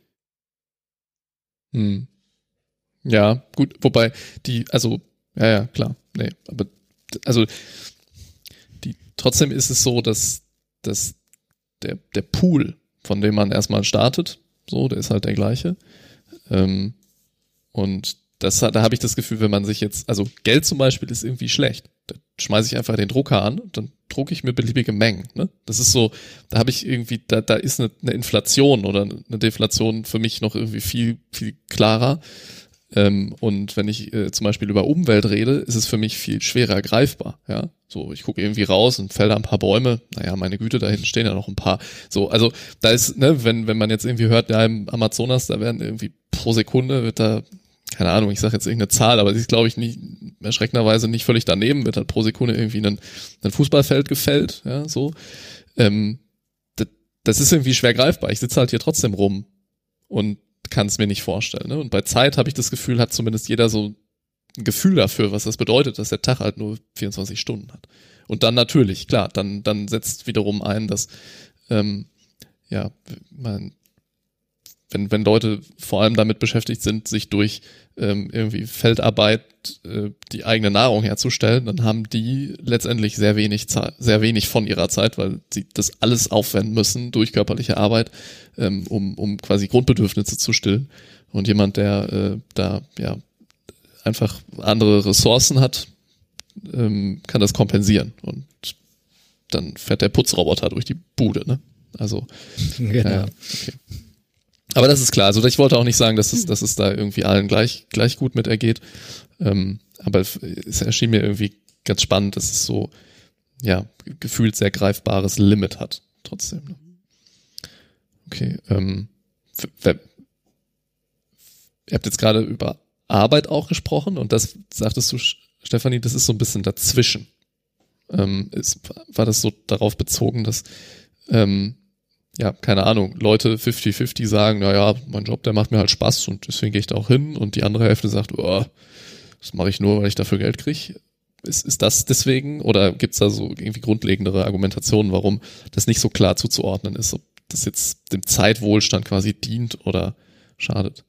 Ja, gut, wobei ja, klar, nee, aber also trotzdem ist es so, dass der Pool, von dem man erstmal startet, so, der ist halt der gleiche. Und da habe ich das Gefühl, wenn man sich jetzt, also Geld zum Beispiel ist irgendwie schlecht. Da schmeiße ich einfach den Drucker an und dann drucke ich mir beliebige Mengen. Ne? Das ist so, da habe ich irgendwie, da ist eine Inflation oder eine Deflation für mich noch irgendwie viel, viel klarer. Und wenn ich zum Beispiel über Umwelt rede, ist es für mich viel schwerer greifbar. Ja, so ich gucke irgendwie raus und fäll da ein paar Bäume. Naja, meine Güte, da hinten stehen ja noch ein paar. So, also da ist, ne, wenn man jetzt irgendwie hört, ja im Amazonas, da werden irgendwie pro Sekunde wird da, keine Ahnung, ich sage jetzt irgendeine Zahl, aber die ist, glaube ich, nicht erschreckenderweise nicht völlig daneben, wird halt pro Sekunde irgendwie ein Fußballfeld gefällt. Ja, so. Das ist irgendwie schwer greifbar. Ich sitze halt hier trotzdem rum und kann es mir nicht vorstellen. Ne? Und bei Zeit habe ich das Gefühl, hat zumindest jeder so ein Gefühl dafür, was das bedeutet, dass der Tag halt nur 24 Stunden hat. Und dann natürlich, klar, dann setzt wiederum ein, dass wenn Leute vor allem damit beschäftigt sind, sich durch irgendwie Feldarbeit die eigene Nahrung herzustellen, dann haben die letztendlich sehr wenig von ihrer Zeit, weil sie das alles aufwenden müssen durch körperliche Arbeit, um quasi Grundbedürfnisse zu stillen. Und jemand, der da ja einfach andere Ressourcen hat, kann das kompensieren. Und dann fährt der Putzroboter durch die Bude, ne? Also genau. Okay. Aber das ist klar, also ich wollte auch nicht sagen, dass es da irgendwie allen gleich gut mit ergeht, aber es erschien mir irgendwie ganz spannend, dass es so, ja, gefühlt sehr greifbares Limit hat, trotzdem. Ne? Okay, ihr habt jetzt gerade über Arbeit auch gesprochen und das sagtest du, Stefanie, das ist so ein bisschen dazwischen. War das so darauf bezogen, dass ja, keine Ahnung, Leute 50-50 sagen, naja, mein Job, der macht mir halt Spaß und deswegen gehe ich da auch hin und die andere Hälfte sagt, oh, das mache ich nur, weil ich dafür Geld kriege. Ist das deswegen oder gibt es da so irgendwie grundlegendere Argumentationen, warum das nicht so klar zuzuordnen ist, ob das jetzt dem Zeitwohlstand quasi dient oder schadet?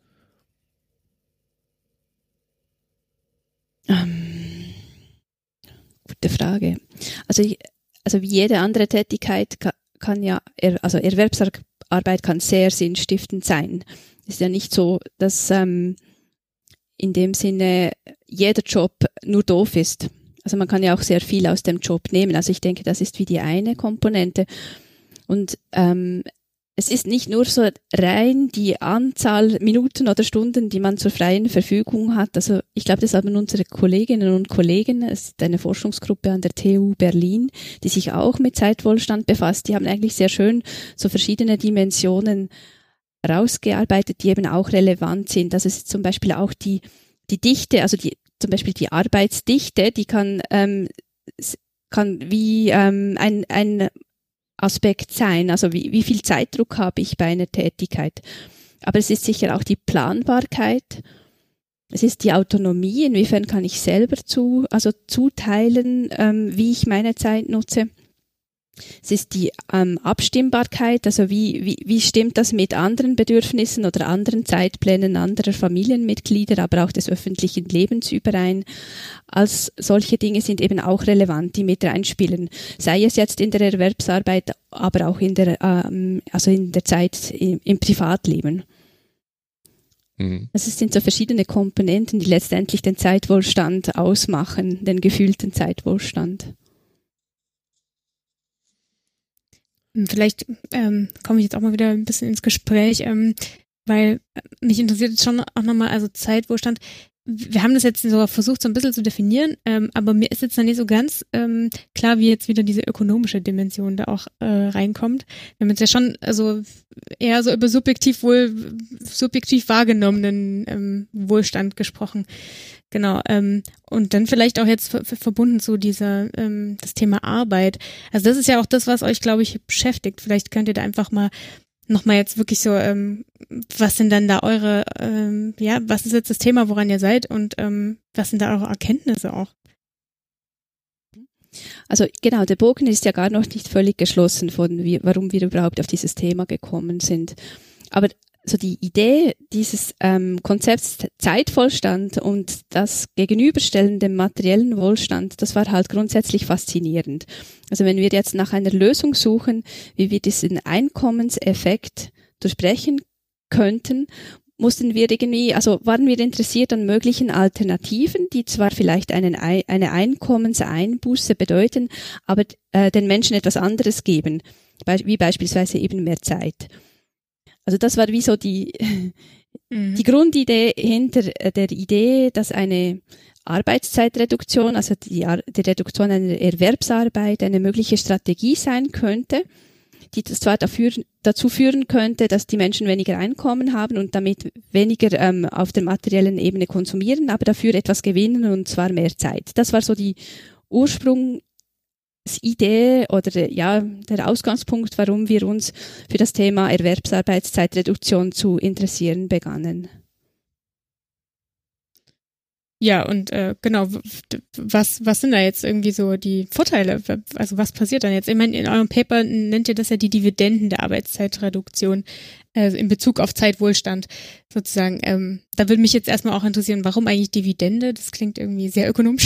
Gute Frage. Also wie jede andere Tätigkeit kann ja, also Erwerbsarbeit kann sehr sinnstiftend sein. Es ist ja nicht so, dass in dem Sinne jeder Job nur doof ist. Also man kann ja auch sehr viel aus dem Job nehmen. Also ich denke, das ist wie die eine Komponente. Und es ist nicht nur so rein die Anzahl Minuten oder Stunden, die man zur freien Verfügung hat. Also ich glaube, das haben unsere Kolleginnen und Kollegen, es ist eine Forschungsgruppe an der TU Berlin, die sich auch mit Zeitwohlstand befasst. Die haben eigentlich sehr schön so verschiedene Dimensionen rausgearbeitet, die eben auch relevant sind. Also es ist zum Beispiel auch die Dichte, also zum Beispiel die Arbeitsdichte, die kann wie ein Aspekt sein, also wie viel Zeitdruck habe ich bei einer Tätigkeit. Aber es ist sicher auch die Planbarkeit, es ist die Autonomie, inwiefern kann ich selber zuteilen, wie ich meine Zeit nutze. Es ist die Abstimmbarkeit, also wie stimmt das mit anderen Bedürfnissen oder anderen Zeitplänen anderer Familienmitglieder, aber auch des öffentlichen Lebens überein. Als solche Dinge sind eben auch relevant, die mit reinspielen. Sei es jetzt in der Erwerbsarbeit, aber auch in der Zeit im Privatleben. Also es sind so verschiedene Komponenten, die letztendlich den Zeitwohlstand ausmachen, den gefühlten Zeitwohlstand. Vielleicht komme ich jetzt auch mal wieder ein bisschen ins Gespräch, weil mich interessiert jetzt schon auch nochmal, also Zeitwohlstand. Wir haben das jetzt so versucht, so ein bisschen zu definieren, aber mir ist jetzt noch nicht so ganz klar, wie jetzt wieder diese ökonomische Dimension da auch reinkommt. Wir haben jetzt ja schon also eher so über subjektiv wahrgenommenen Wohlstand gesprochen. Genau, und dann vielleicht auch jetzt verbunden zu dieser, das Thema Arbeit. Also das ist ja auch das, was euch, glaube ich, beschäftigt. Vielleicht könnt ihr da einfach mal nochmal jetzt wirklich so, was sind dann da eure, was ist jetzt das Thema, woran ihr seid und was sind da eure Erkenntnisse auch? Also genau, der Bogen ist ja gar noch nicht völlig geschlossen warum wir überhaupt auf dieses Thema gekommen sind. Aber so die Idee dieses Konzepts Zeitwohlstand und das Gegenüberstellen dem materiellen Wohlstand, das war halt grundsätzlich faszinierend. Also wenn wir jetzt nach einer Lösung suchen, wie wir diesen Einkommenseffekt durchbrechen könnten, waren wir interessiert an möglichen Alternativen, die zwar vielleicht eine Einkommenseinbuße bedeuten, aber den Menschen etwas anderes geben, wie beispielsweise eben mehr Zeit. Also das war wie so die Grundidee hinter der Idee, dass eine Arbeitszeitreduktion, also die Reduktion einer Erwerbsarbeit eine mögliche Strategie sein könnte, die zwar dazu führen könnte, dass die Menschen weniger Einkommen haben und damit weniger auf der materiellen Ebene konsumieren, aber dafür etwas gewinnen und zwar mehr Zeit. Das war so die Idee oder der Ausgangspunkt, warum wir uns für das Thema Erwerbsarbeitszeitreduktion zu interessieren begannen. Ja, und genau, was sind da jetzt irgendwie so die Vorteile? Also was passiert dann jetzt? Ich meine, in eurem Paper nennt ihr das ja die Dividenden der Arbeitszeitreduktion in Bezug auf Zeitwohlstand sozusagen. Da würde mich jetzt erstmal auch interessieren, warum eigentlich Dividende? Das klingt irgendwie sehr ökonomisch.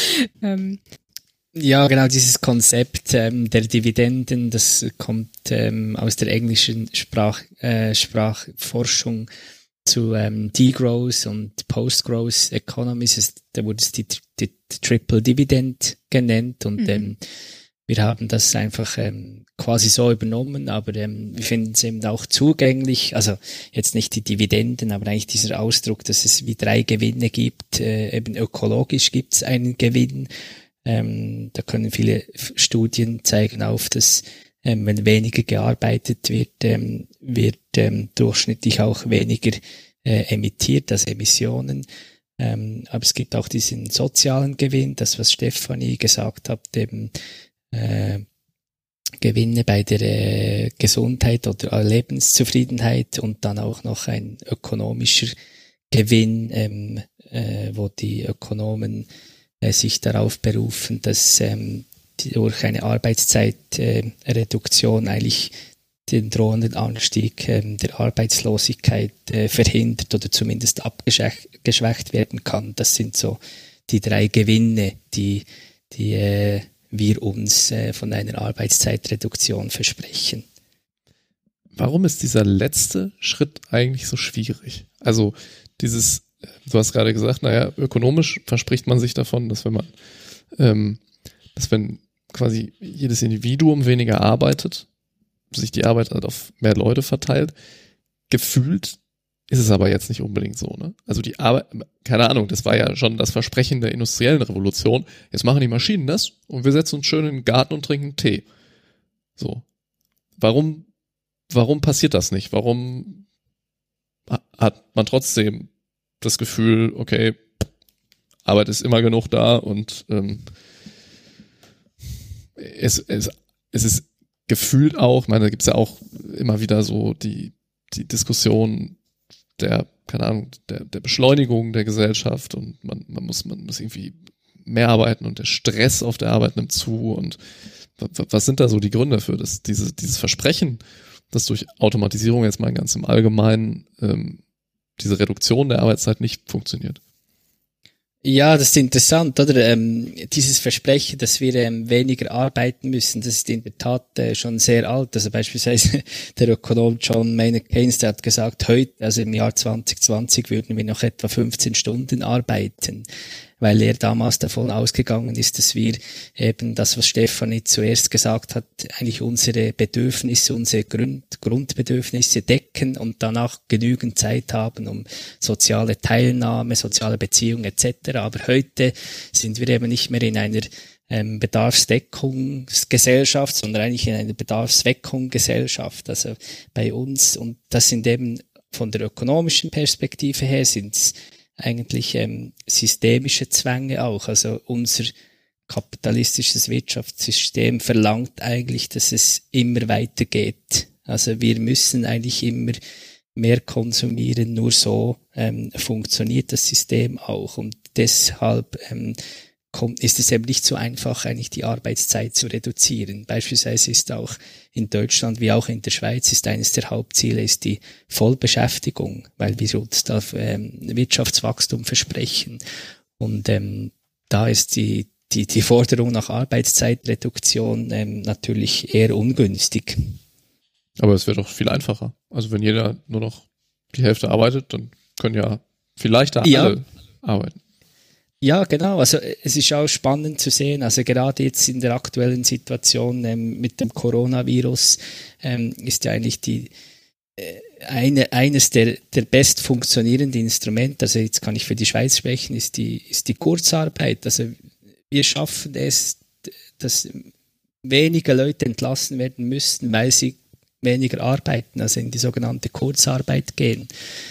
Ja, genau, dieses Konzept der Dividenden, das kommt aus der englischen Sprachforschung zu Degrowth und Post-Growth Economies. Da wurde es die Triple Dividend genannt und wir haben das einfach quasi so übernommen, aber wir finden es eben auch zugänglich, also jetzt nicht die Dividenden, aber eigentlich dieser Ausdruck, dass es wie 3 Gewinne gibt, eben ökologisch gibt es einen Gewinn. Da können viele Studien zeigen auf, dass wenn weniger gearbeitet wird durchschnittlich auch weniger emittiert, also Emissionen. Aber es gibt auch diesen sozialen Gewinn, das was Stefanie gesagt hat, eben Gewinne bei der Gesundheit oder Lebenszufriedenheit und dann auch noch ein ökonomischer Gewinn, wo die Ökonomen sich darauf berufen, dass durch eine Arbeitszeitreduktion eigentlich den drohenden Anstieg der Arbeitslosigkeit verhindert oder zumindest abgeschwächt werden kann. Das sind so die 3 Gewinne, die wir uns von einer Arbeitszeitreduktion versprechen. Warum ist dieser letzte Schritt eigentlich so schwierig? Also du hast gerade gesagt, naja, ökonomisch verspricht man sich davon, dass wenn quasi jedes Individuum weniger arbeitet, sich die Arbeit halt auf mehr Leute verteilt. Gefühlt ist es aber jetzt nicht unbedingt so, ne? Also die Arbeit, keine Ahnung, das war ja schon das Versprechen der industriellen Revolution. Jetzt machen die Maschinen das und wir setzen uns schön in den Garten und trinken Tee. So. Warum passiert das nicht? Warum hat man trotzdem das Gefühl, okay, Arbeit ist immer genug da und es ist gefühlt auch, ich meine, da gibt es ja auch immer wieder so die Diskussion der Beschleunigung der Gesellschaft und man muss irgendwie mehr arbeiten und der Stress auf der Arbeit nimmt zu und was sind da so die Gründe für dieses Versprechen, dass durch Automatisierung jetzt mal ganz im Allgemeinen diese Reduktion der Arbeitszeit nicht funktioniert? Ja, das ist interessant, oder? Dieses Versprechen, dass wir weniger arbeiten müssen, das ist in der Tat schon sehr alt. Also beispielsweise der Ökonom John Maynard Keynes, der hat gesagt, heute, also im Jahr 2020, würden wir noch etwa 15 Stunden arbeiten, weil er damals davon ausgegangen ist, dass wir eben das, was Stefanie zuerst gesagt hat, eigentlich unsere Bedürfnisse, unsere Grundbedürfnisse decken und danach genügend Zeit haben, um soziale Teilnahme, soziale Beziehungen etc. Aber heute sind wir eben nicht mehr in einer Bedarfsdeckungsgesellschaft, sondern eigentlich in einer Bedarfsweckungsgesellschaft. Also bei uns, und das sind eben von der ökonomischen Perspektive her, sind es eigentlich systemische Zwänge auch. Also unser kapitalistisches Wirtschaftssystem verlangt eigentlich, dass es immer weitergeht. Also wir müssen eigentlich immer mehr konsumieren, nur so funktioniert das System auch. Und deshalb ist es eben nicht so einfach, eigentlich die Arbeitszeit zu reduzieren. Beispielsweise ist auch in Deutschland wie auch in der Schweiz ist eines der Hauptziele ist die Vollbeschäftigung, weil wir uns da Wirtschaftswachstum versprechen. Und da ist die Forderung nach Arbeitszeitreduktion natürlich eher ungünstig. Aber es wäre doch viel einfacher. Also wenn jeder nur noch die Hälfte arbeitet, dann können ja viel leichter alle arbeiten. Ja, genau. Also es ist auch spannend zu sehen, also gerade jetzt in der aktuellen Situation mit dem Coronavirus ist ja eigentlich eines der best funktionierenden Instrumente, also jetzt kann ich für die Schweiz sprechen, ist die Kurzarbeit. Also wir schaffen es, dass weniger Leute entlassen werden müssten, weil sie weniger arbeiten, also in die sogenannte Kurzarbeit gehen.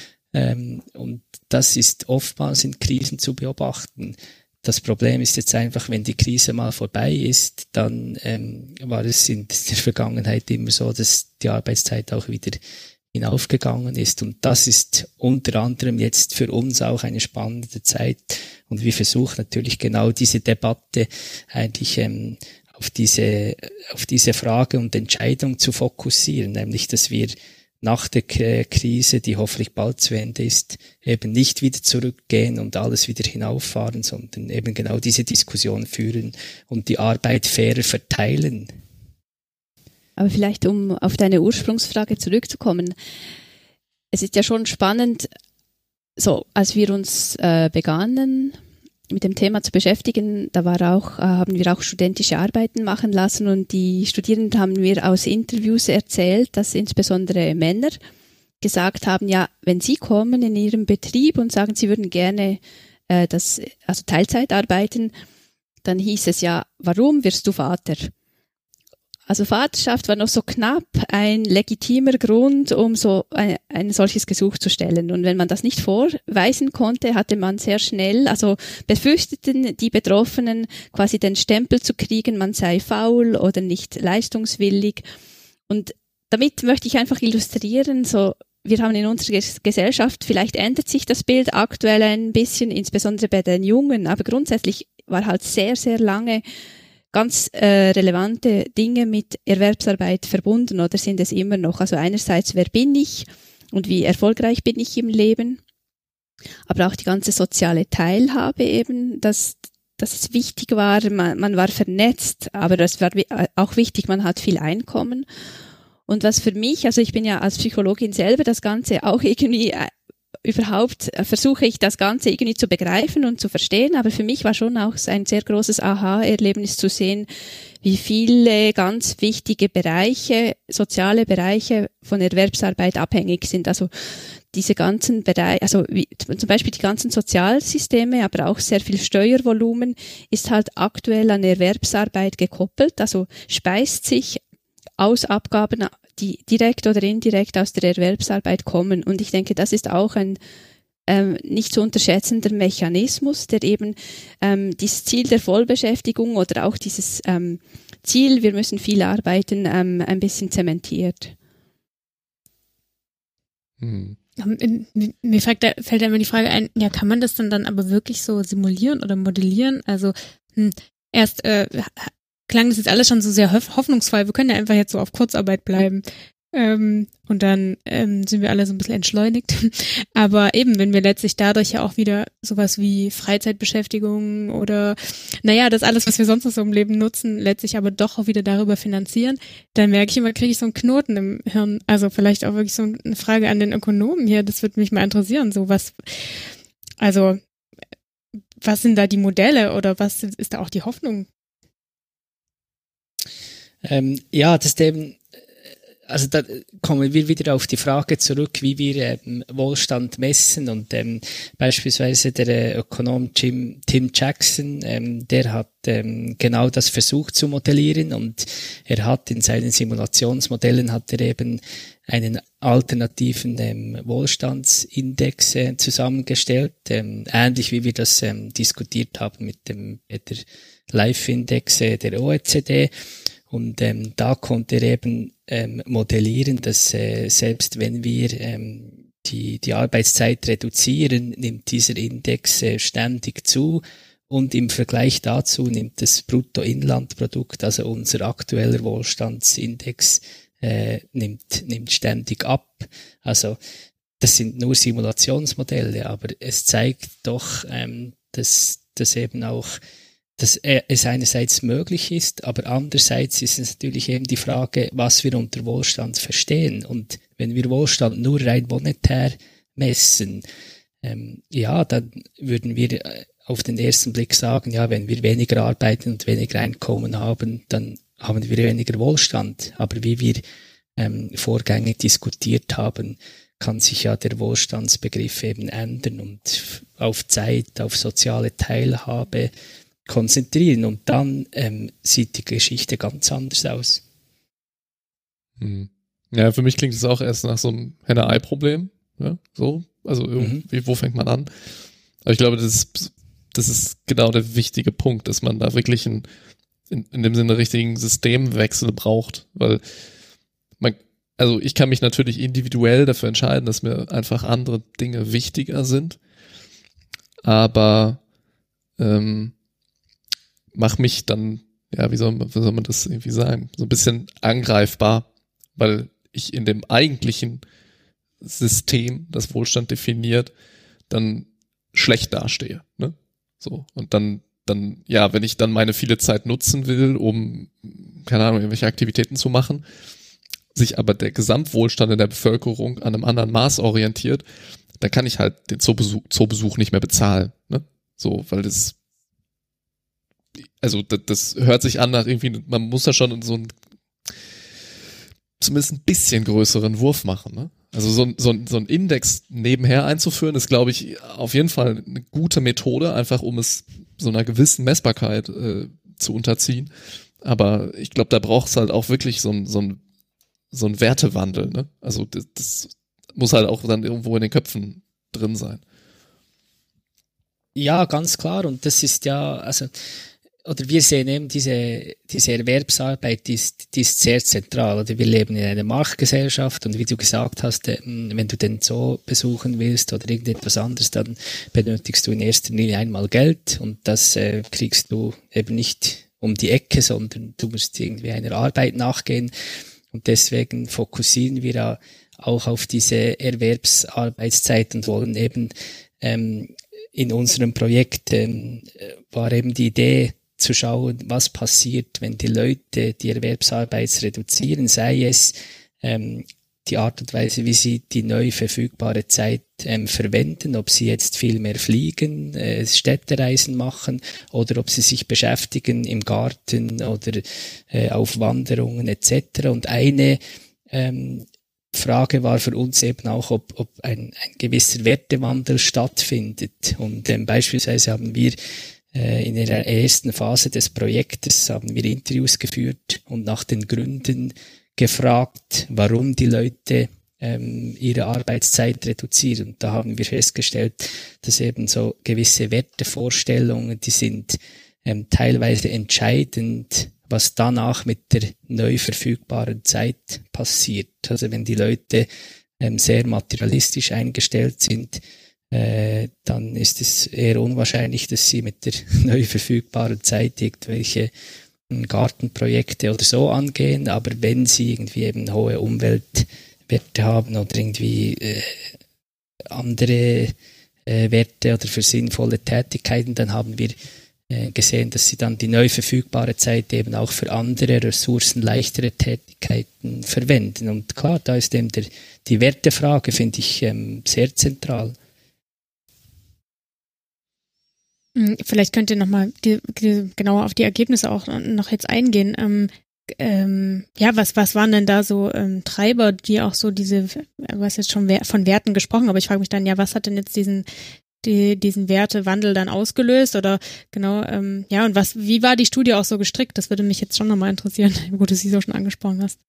Und das ist oftmals in Krisen zu beobachten. Das Problem ist jetzt einfach, wenn die Krise mal vorbei ist, dann war es in der Vergangenheit immer so, dass die Arbeitszeit auch wieder hinaufgegangen ist. Und das ist unter anderem jetzt für uns auch eine spannende Zeit. Und wir versuchen natürlich genau diese Debatte eigentlich auf diese Frage und Entscheidung zu fokussieren, nämlich dass wir nach der Krise, die hoffentlich bald zu Ende ist, eben nicht wieder zurückgehen und alles wieder hinauffahren, sondern eben genau diese Diskussion führen und die Arbeit fairer verteilen. Aber vielleicht, um auf deine Ursprungsfrage zurückzukommen, es ist ja schon spannend, so als wir uns begannen mit dem Thema zu beschäftigen, da haben wir auch studentische Arbeiten machen lassen und die Studierenden haben mir aus Interviews erzählt, dass insbesondere Männer gesagt haben, ja, wenn sie kommen in ihrem Betrieb und sagen, sie würden gerne Teilzeit arbeiten, dann hieß es ja, warum wirst du Vater? Also Vaterschaft war noch so knapp ein legitimer Grund, um so ein solches Gesuch zu stellen. Und wenn man das nicht vorweisen konnte, hatte man sehr schnell, also befürchteten die Betroffenen quasi den Stempel zu kriegen, man sei faul oder nicht leistungswillig. Und damit möchte ich einfach illustrieren, so wir haben in unserer Gesellschaft, vielleicht ändert sich das Bild aktuell ein bisschen, insbesondere bei den Jungen, aber grundsätzlich war halt sehr, sehr lange ganz relevante Dinge mit Erwerbsarbeit verbunden oder sind es immer noch. Also einerseits, wer bin ich und wie erfolgreich bin ich im Leben, aber auch die ganze soziale Teilhabe eben, dass es wichtig war, man war vernetzt, aber das war auch wichtig, man hat viel Einkommen. Und was für mich, also ich bin ja als Psychologin selber das Ganze auch irgendwie überhaupt versuche ich das Ganze irgendwie zu begreifen und zu verstehen, aber für mich war schon auch ein sehr großes Aha-Erlebnis zu sehen, wie viele ganz wichtige Bereiche, soziale Bereiche von Erwerbsarbeit abhängig sind. Also diese ganzen Bereiche, also wie, zum Beispiel die ganzen Sozialsysteme, aber auch sehr viel Steuervolumen ist halt aktuell an Erwerbsarbeit gekoppelt, also speist sich aus Abgaben, die direkt oder indirekt aus der Erwerbsarbeit kommen. Und ich denke, das ist auch ein nicht zu unterschätzender Mechanismus, der eben dieses Ziel der Vollbeschäftigung oder auch dieses Ziel, wir müssen viel arbeiten, ein bisschen zementiert. Mir fällt da immer die Frage ein, ja, kann man das dann aber wirklich so simulieren oder modellieren? Also erst klang das jetzt alles schon so sehr hoffnungsvoll, wir können ja einfach jetzt so auf Kurzarbeit bleiben. Und dann sind wir alle so ein bisschen entschleunigt. Aber eben, wenn wir letztlich dadurch ja auch wieder sowas wie Freizeitbeschäftigung oder das alles, was wir sonst noch so im Leben nutzen, letztlich aber doch auch wieder darüber finanzieren, dann merke ich immer, kriege ich so einen Knoten im Hirn. Also vielleicht auch wirklich so eine Frage an den Ökonomen hier, das würde mich mal interessieren. So was sind da die Modelle oder was ist da auch die Hoffnung? Das ist eben, also da kommen wir wieder auf die Frage zurück, wie wir Wohlstand messen und beispielsweise der Ökonom Tim Jackson, der hat genau das versucht zu modellieren und er hat in seinen Simulationsmodellen hat er eben einen alternativen Wohlstandsindex zusammengestellt, ähnlich wie wir das diskutiert haben mit der Life-Index der OECD. Und da konnte er eben modellieren, dass selbst wenn wir die Arbeitszeit reduzieren, nimmt dieser Index ständig zu und im Vergleich dazu nimmt das Bruttoinlandprodukt, also unser aktueller Wohlstandsindex, nimmt ständig ab. Also das sind nur Simulationsmodelle, aber es zeigt doch, dass eben auch dass es einerseits möglich ist, aber andererseits ist es natürlich eben die Frage, was wir unter Wohlstand verstehen. Und wenn wir Wohlstand nur rein monetär messen, dann würden wir auf den ersten Blick sagen, ja, wenn wir weniger arbeiten und weniger Einkommen haben, dann haben wir weniger Wohlstand. Aber wie wir vorgängig diskutiert haben, kann sich ja der Wohlstandsbegriff eben ändern und auf Zeit, auf soziale Teilhabe konzentrieren und dann sieht die Geschichte ganz anders aus. Ja, für mich klingt es auch erst nach so einem Henne-Ei-Problem. Ja, so, also irgendwie, wo fängt man an? Aber ich glaube, das ist genau der wichtige Punkt, dass man da wirklich in dem Sinne richtigen Systemwechsel braucht, weil ich kann mich natürlich individuell dafür entscheiden, dass mir einfach andere Dinge wichtiger sind, aber mach mich dann, ja, wie soll man das irgendwie sagen, so ein bisschen angreifbar, weil ich in dem eigentlichen System, das Wohlstand definiert, dann schlecht dastehe, ne? So, und dann, ja, wenn ich dann meine viele Zeit nutzen will, um, keine Ahnung, irgendwelche Aktivitäten zu machen, sich aber der Gesamtwohlstand in der Bevölkerung an einem anderen Maß orientiert, dann kann ich halt den Zoobesuch nicht mehr bezahlen, ne? So, weil das hört sich an nach irgendwie, man muss da schon so einen zumindest ein bisschen größeren Wurf machen, ne? Also so ein Index nebenher einzuführen, ist, glaube ich, auf jeden Fall eine gute Methode, einfach um es so einer gewissen Messbarkeit zu unterziehen. Aber ich glaube, da braucht es halt auch wirklich so ein Wertewandel, ne? Also das muss halt auch dann irgendwo in den Köpfen drin sein. Ja, ganz klar. Und das ist ja, also oder wir sehen eben diese Erwerbsarbeit, die ist sehr zentral. Oder wir leben in einer Marktgesellschaft und wie du gesagt hast, wenn du den Zoo besuchen willst oder irgendetwas anderes, dann benötigst du in erster Linie einmal Geld und das kriegst du eben nicht um die Ecke, sondern du musst irgendwie einer Arbeit nachgehen und deswegen fokussieren wir auch auf diese Erwerbsarbeitszeit und wollen eben in unserem Projekt war eben die Idee zu schauen, was passiert, wenn die Leute die Erwerbsarbeit reduzieren, sei es die Art und Weise, wie sie die neu verfügbare Zeit verwenden, ob sie jetzt viel mehr fliegen, Städtereisen machen oder ob sie sich beschäftigen im Garten oder auf Wanderungen etc. Und eine Frage war für uns eben auch, ob ein gewisser Wertewandel stattfindet. Und beispielsweise haben wir in der ersten Phase des Projektes haben wir Interviews geführt und nach den Gründen gefragt, warum die Leute ihre Arbeitszeit reduzieren. Und da haben wir festgestellt, dass eben so gewisse Wertevorstellungen, die sind teilweise entscheidend, was danach mit der neu verfügbaren Zeit passiert. Also wenn die Leute sehr materialistisch eingestellt sind, dann ist es eher unwahrscheinlich, dass sie mit der neu verfügbaren Zeit irgendwelche Gartenprojekte oder so angehen. Aber wenn sie irgendwie eben hohe Umweltwerte haben oder irgendwie andere Werte oder für sinnvolle Tätigkeiten, dann haben wir gesehen, dass sie dann die neu verfügbare Zeit eben auch für andere ressourcenleichtere Tätigkeiten verwenden. Und klar, da ist eben die Wertefrage, finde ich, sehr zentral. Vielleicht könnt ihr nochmal genauer auf die Ergebnisse auch noch jetzt eingehen. Ja, was waren denn da so Treiber, die auch so du hast jetzt schon von Werten gesprochen, aber ich frage mich dann, ja, was hat denn jetzt diesen Wertewandel dann ausgelöst oder genau, ja, und wie war die Studie auch so gestrickt? Das würde mich jetzt schon nochmal interessieren, wo du sie so schon angesprochen hast.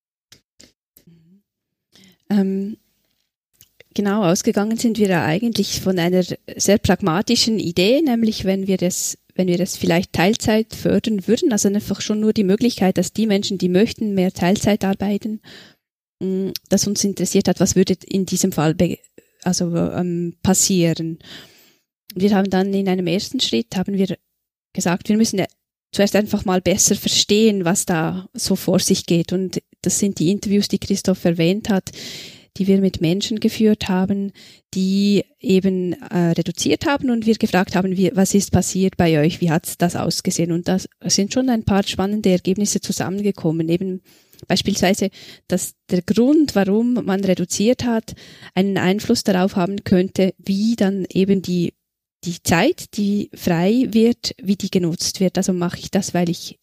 Genau, ausgegangen sind wir ja eigentlich von einer sehr pragmatischen Idee, nämlich wenn wir das vielleicht Teilzeit fördern würden, also einfach schon nur die Möglichkeit, dass die Menschen, die möchten, mehr Teilzeit arbeiten, dass uns interessiert hat, was würde in diesem Fall passieren. Wir haben dann in einem ersten Schritt gesagt, wir müssen ja zuerst einfach mal besser verstehen, was da so vor sich geht. Und das sind die Interviews, die Christoph erwähnt hat, die wir mit Menschen geführt haben, die eben reduziert haben und wir gefragt haben, was ist passiert bei euch, wie hat das ausgesehen? Und da sind schon ein paar spannende Ergebnisse zusammengekommen. Eben beispielsweise, dass der Grund, warum man reduziert hat, einen Einfluss darauf haben könnte, wie dann eben die Zeit, die frei wird, wie die genutzt wird. Also mache ich das, weil ich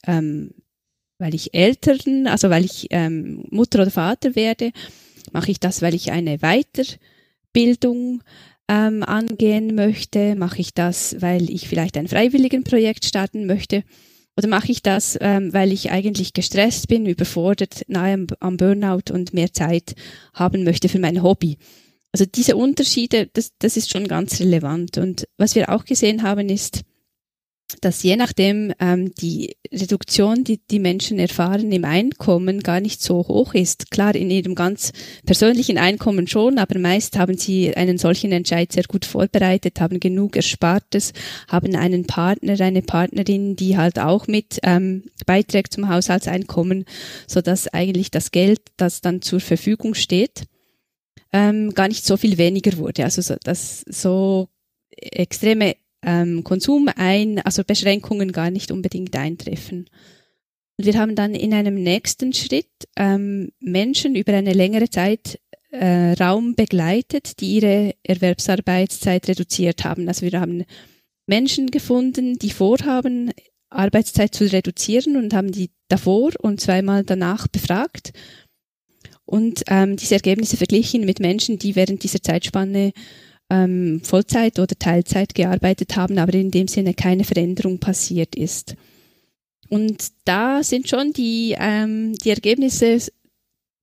Mutter oder Vater werde? Mache ich das, weil ich eine Weiterbildung angehen möchte? Mache ich das, weil ich vielleicht ein Freiwilligenprojekt starten möchte? Oder mache ich das, weil ich eigentlich gestresst bin, überfordert, nahe am Burnout und mehr Zeit haben möchte für mein Hobby? Also diese Unterschiede, das ist schon ganz relevant. Und was wir auch gesehen haben, ist, dass je nachdem die Reduktion, die die Menschen erfahren im Einkommen, gar nicht so hoch ist. Klar, in ihrem ganz persönlichen Einkommen schon, aber meist haben sie einen solchen Entscheid sehr gut vorbereitet, haben genug Erspartes, haben einen Partner, eine Partnerin, die halt auch mit beiträgt zum Haushaltseinkommen, sodass eigentlich das Geld, das dann zur Verfügung steht, gar nicht so viel weniger wurde. Also dass so extreme Beschränkungen gar nicht unbedingt eintreffen. Und wir haben dann in einem nächsten Schritt Menschen über eine längere Zeit Raum begleitet, die ihre Erwerbsarbeitszeit reduziert haben. Also wir haben Menschen gefunden, die vorhaben, Arbeitszeit zu reduzieren und haben die davor und zweimal danach befragt und diese Ergebnisse verglichen mit Menschen, die während dieser Zeitspanne Vollzeit oder Teilzeit gearbeitet haben, aber in dem Sinne keine Veränderung passiert ist. Und da sind schon die Ergebnisse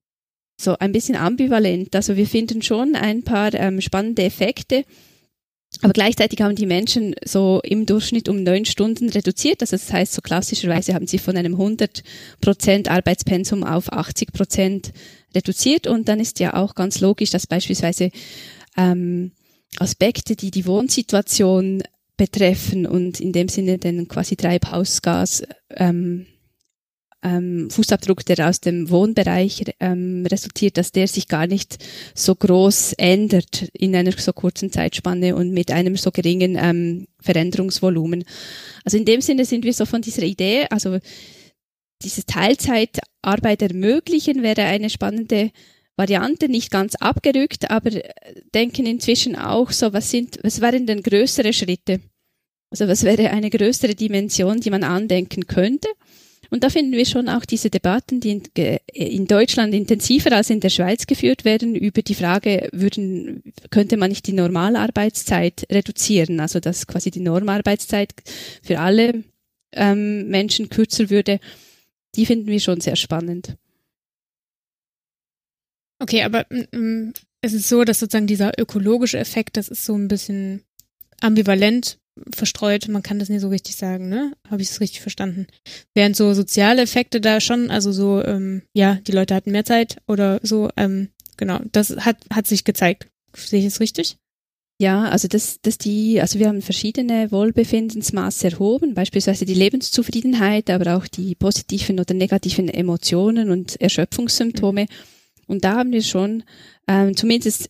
so ein bisschen ambivalent. Also wir finden schon ein paar spannende Effekte, Aber gleichzeitig haben die Menschen so im Durchschnitt um 9 Stunden reduziert. Also das heißt, so klassischerweise haben sie von einem 100% Arbeitspensum auf 80% reduziert. Und dann ist ja auch ganz logisch, dass beispielsweise Aspekte, die die Wohnsituation betreffen und in dem Sinne den quasi Treibhausgas Fußabdruck, der aus dem Wohnbereich resultiert, dass der sich gar nicht so groß ändert in einer so kurzen Zeitspanne und mit einem so geringen Veränderungsvolumen. Also in dem Sinne sind wir so von dieser Idee, also diese Teilzeitarbeit ermöglichen wäre eine spannende Variante, nicht ganz abgerückt, aber denken inzwischen auch so, was wären denn größere Schritte? Also was wäre eine größere Dimension, die man andenken könnte? Und da finden wir schon auch diese Debatten, die in Deutschland intensiver als in der Schweiz geführt werden, über die Frage, könnte man nicht die Normalarbeitszeit reduzieren, also dass quasi die Normarbeitszeit für alle Menschen kürzer würde, die finden wir schon sehr spannend. Okay, aber es ist so, dass sozusagen dieser ökologische Effekt, das ist so ein bisschen ambivalent verstreut, man kann das nicht so richtig sagen, ne? Habe ich es richtig verstanden? Während so soziale Effekte da schon, also so, die Leute hatten mehr Zeit oder so, genau, das hat sich gezeigt. Sehe ich es richtig? Ja, also wir haben verschiedene Wohlbefindensmaße erhoben, beispielsweise die Lebenszufriedenheit, aber auch die positiven oder negativen Emotionen und Erschöpfungssymptome. Und da haben wir schon zumindest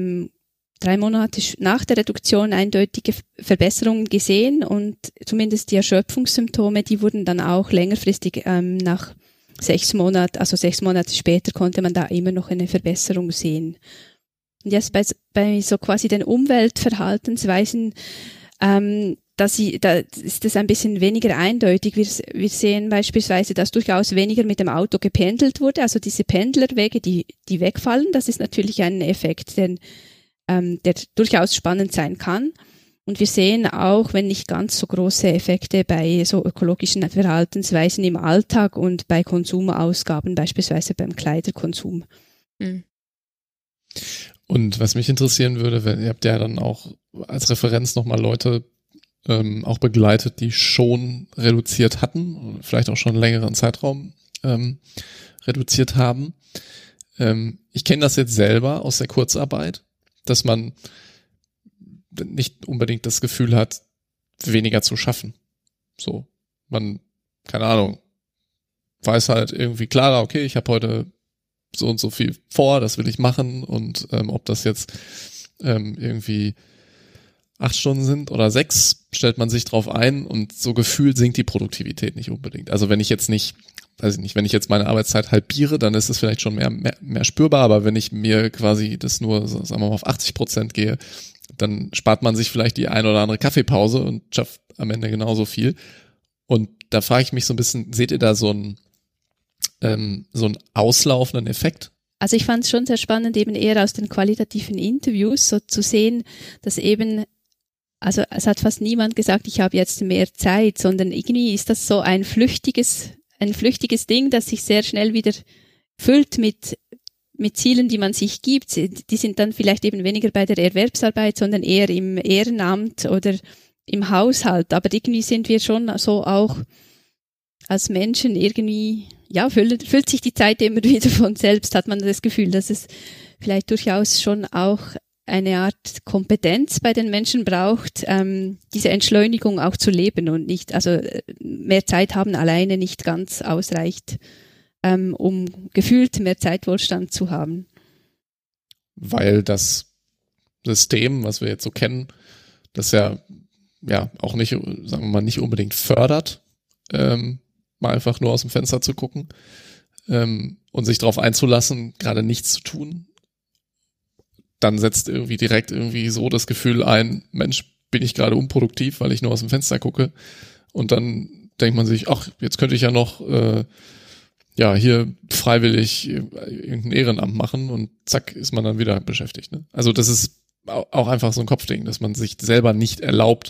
3 Monate nach der Reduktion eindeutige Verbesserungen gesehen und zumindest die Erschöpfungssymptome, die wurden dann auch längerfristig nach 6 Monaten, also 6 Monate später konnte man da immer noch eine Verbesserung sehen. Und jetzt bei so quasi den Umweltverhaltensweisen, da ist das ein bisschen weniger eindeutig. Wir sehen beispielsweise, dass durchaus weniger mit dem Auto gependelt wurde, also diese Pendlerwege, die wegfallen, das ist natürlich ein Effekt, der durchaus spannend sein kann. Und wir sehen auch, wenn nicht ganz so große Effekte bei so ökologischen Verhaltensweisen im Alltag und bei Konsumausgaben, beispielsweise beim Kleiderkonsum. Mhm. Und was mich interessieren würde, ihr habt ja dann auch als Referenz nochmal Leute auch begleitet, die schon reduziert hatten, vielleicht auch schon einen längeren Zeitraum reduziert haben. Ich kenne das jetzt selber aus der Kurzarbeit, dass man nicht unbedingt das Gefühl hat, weniger zu schaffen. So, man, keine Ahnung, weiß halt irgendwie klarer, okay, ich habe heute so und so viel vor, das will ich machen und ob das jetzt irgendwie 8 Stunden sind oder 6, stellt man sich drauf ein und so gefühlt sinkt die Produktivität nicht unbedingt. Also wenn ich jetzt wenn ich jetzt meine Arbeitszeit halbiere, dann ist es vielleicht schon mehr spürbar, aber wenn ich mir quasi das nur, sagen wir mal, auf 80% gehe, dann spart man sich vielleicht die ein oder andere Kaffeepause und schafft am Ende genauso viel. Und da frage ich mich so ein bisschen, seht ihr da so einen auslaufenden Effekt? Also ich fand es schon sehr spannend, eben eher aus den qualitativen Interviews so zu sehen, dass eben, also es hat fast niemand gesagt, ich habe jetzt mehr Zeit, sondern irgendwie ist das so ein flüchtiges Ding, das sich sehr schnell wieder füllt mit Zielen, die man sich gibt. Die sind dann vielleicht eben weniger bei der Erwerbsarbeit, sondern eher im Ehrenamt oder im Haushalt. Aber irgendwie sind wir schon so auch als Menschen irgendwie, ja, füllt sich die Zeit immer wieder von selbst, hat man das Gefühl, dass es vielleicht durchaus schon auch eine Art Kompetenz bei den Menschen braucht, diese Entschleunigung auch zu leben und nicht, also mehr Zeit haben alleine nicht ganz ausreicht, um gefühlt mehr Zeitwohlstand zu haben. Weil das System, was wir jetzt so kennen, das ja auch nicht, sagen wir mal, nicht unbedingt fördert, mal einfach nur aus dem Fenster zu gucken und sich darauf einzulassen, gerade nichts zu tun, dann setzt irgendwie direkt irgendwie so das Gefühl ein, Mensch, bin ich gerade unproduktiv, weil ich nur aus dem Fenster gucke. Und dann denkt man sich, ach, jetzt könnte ich ja noch hier freiwillig irgendein Ehrenamt machen und zack, ist man dann wieder beschäftigt. Ne? Also das ist auch einfach so ein Kopfding, dass man sich selber nicht erlaubt,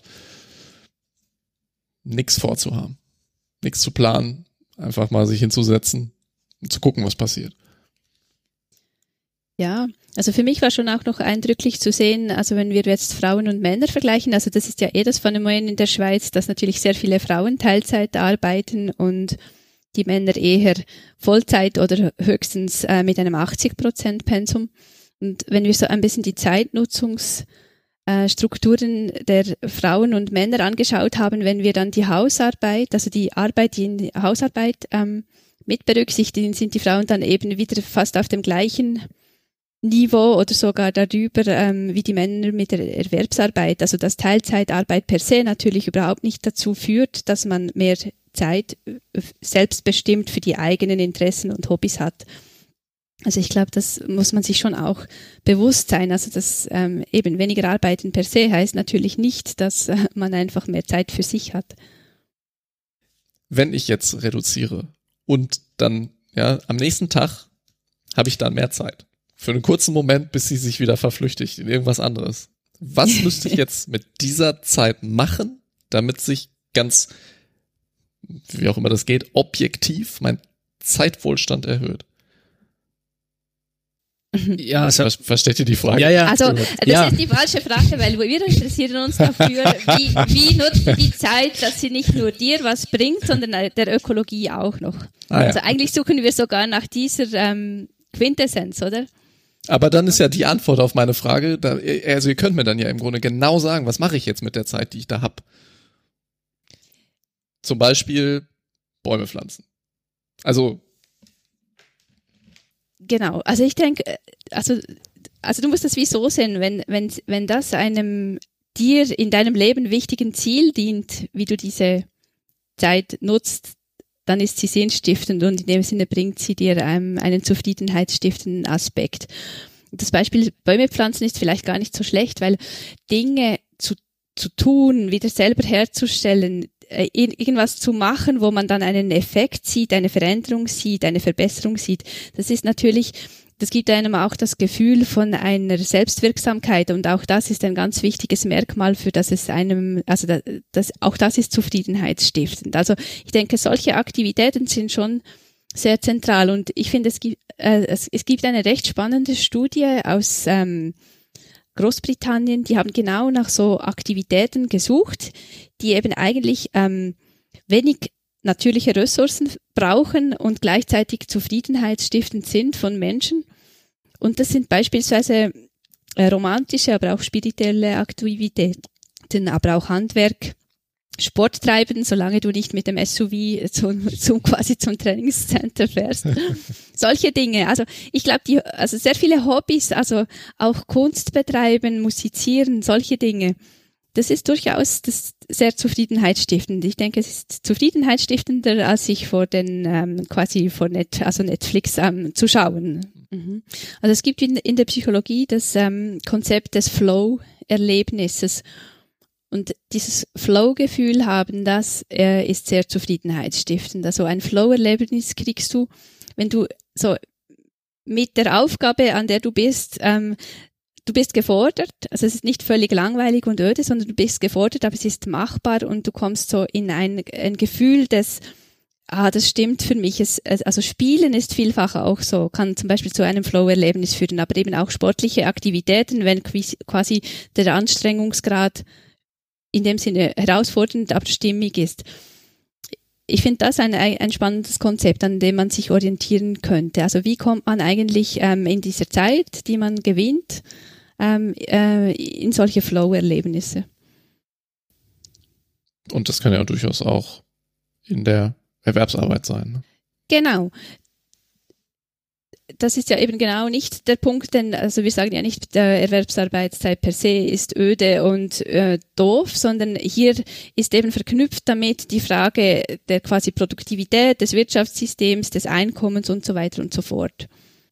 nichts vorzuhaben, nichts zu planen, einfach mal sich hinzusetzen und zu gucken, was passiert. Ja, also für mich war schon auch noch eindrücklich zu sehen, also wenn wir jetzt Frauen und Männer vergleichen, also das ist ja das Phänomen in der Schweiz, dass natürlich sehr viele Frauen Teilzeit arbeiten und die Männer eher Vollzeit oder höchstens mit einem 80% Pensum. Und wenn wir so ein bisschen die Zeitnutzungsstrukturen der Frauen und Männer angeschaut haben, wenn wir dann die Hausarbeit, also die Arbeit, die in die Hausarbeit mit berücksichtigen, sind die Frauen dann eben wieder fast auf dem gleichen Niveau oder sogar darüber wie die Männer mit der Erwerbsarbeit. Also dass Teilzeitarbeit per se natürlich überhaupt nicht dazu führt, dass man mehr Zeit selbstbestimmt für die eigenen Interessen und Hobbys hat. Also ich glaube, das muss man sich schon auch bewusst sein. Also dass eben weniger arbeiten per se heißt natürlich nicht, dass man einfach mehr Zeit für sich hat. Wenn ich jetzt reduziere und dann am nächsten Tag habe ich dann mehr Zeit. Für einen kurzen Moment, bis sie sich wieder verflüchtigt in irgendwas anderes. Was müsste ich jetzt mit dieser Zeit machen, damit sich ganz, wie auch immer das geht, objektiv mein Zeitwohlstand erhöht? Ja, also, versteht ihr die Frage? Ja. Also das ist die falsche Frage, weil wir interessieren uns dafür, wie nutzt du die Zeit, dass sie nicht nur dir was bringt, sondern der Ökologie auch noch. Also eigentlich suchen wir sogar nach dieser Quintessenz, oder? Aber dann ist ja die Antwort auf meine Frage, also ihr könnt mir dann ja im Grunde genau sagen, was mache ich jetzt mit der Zeit, die ich da habe. Zum Beispiel Bäume pflanzen. Also genau, also ich denke, also du musst das wie so sehen, wenn das einem dir in deinem Leben wichtigen Ziel dient, wie du diese Zeit nutzt, dann ist sie sinnstiftend und in dem Sinne bringt sie dir einen zufriedenheitsstiftenden Aspekt. Das Beispiel Bäume pflanzen ist vielleicht gar nicht so schlecht, weil Dinge zu tun, wieder selber herzustellen, irgendwas zu machen, wo man dann einen Effekt sieht, eine Veränderung sieht, eine Verbesserung sieht, das ist natürlich, das gibt einem auch das Gefühl von einer Selbstwirksamkeit und auch das ist ein ganz wichtiges Merkmal, für das es einem, also auch das ist zufriedenheitsstiftend. Also ich denke, solche Aktivitäten sind schon sehr zentral und ich finde, es gibt eine recht spannende Studie aus Großbritannien, die haben genau nach so Aktivitäten gesucht, die eben eigentlich wenig natürliche Ressourcen brauchen und gleichzeitig zufriedenheitsstiftend sind von Menschen. Und das sind beispielsweise romantische, aber auch spirituelle Aktivitäten, aber auch Handwerk, Sport treiben, solange du nicht mit dem SUV quasi zum Trainingscenter fährst. Solche Dinge. Also ich glaube, also sehr viele Hobbys, also auch Kunst betreiben, musizieren, solche Dinge. Das ist durchaus sehr zufriedenheitsstiftend. Ich denke, es ist zufriedenheitsstiftender, als sich vor Netflix zu schauen. Mhm. Also es gibt in der Psychologie das Konzept des Flow-Erlebnisses. Und dieses Flow-Gefühl haben, das ist sehr zufriedenheitsstiftend. Also ein Flow-Erlebnis kriegst du, wenn du so mit der Aufgabe, an der du bist gefordert. Also es ist nicht völlig langweilig und öde, sondern du bist gefordert, aber es ist machbar und du kommst so in ein Gefühl des, das stimmt für mich. Also Spielen ist vielfach auch so, kann zum Beispiel zu einem Flow-Erlebnis führen, aber eben auch sportliche Aktivitäten, wenn quasi der Anstrengungsgrad in dem Sinne herausfordernd, aber stimmig ist. Ich finde das ein spannendes Konzept, an dem man sich orientieren könnte. Also wie kommt man eigentlich in dieser Zeit, die man gewinnt, in solche Flow-Erlebnisse? Und das kann ja durchaus auch in der Erwerbsarbeit sein. Ne? Genau. Das ist ja eben genau nicht der Punkt, denn also wir sagen ja nicht, Erwerbsarbeitszeit per se ist öde und doof, sondern hier ist eben verknüpft damit die Frage der quasi Produktivität des Wirtschaftssystems, des Einkommens und so weiter und so fort.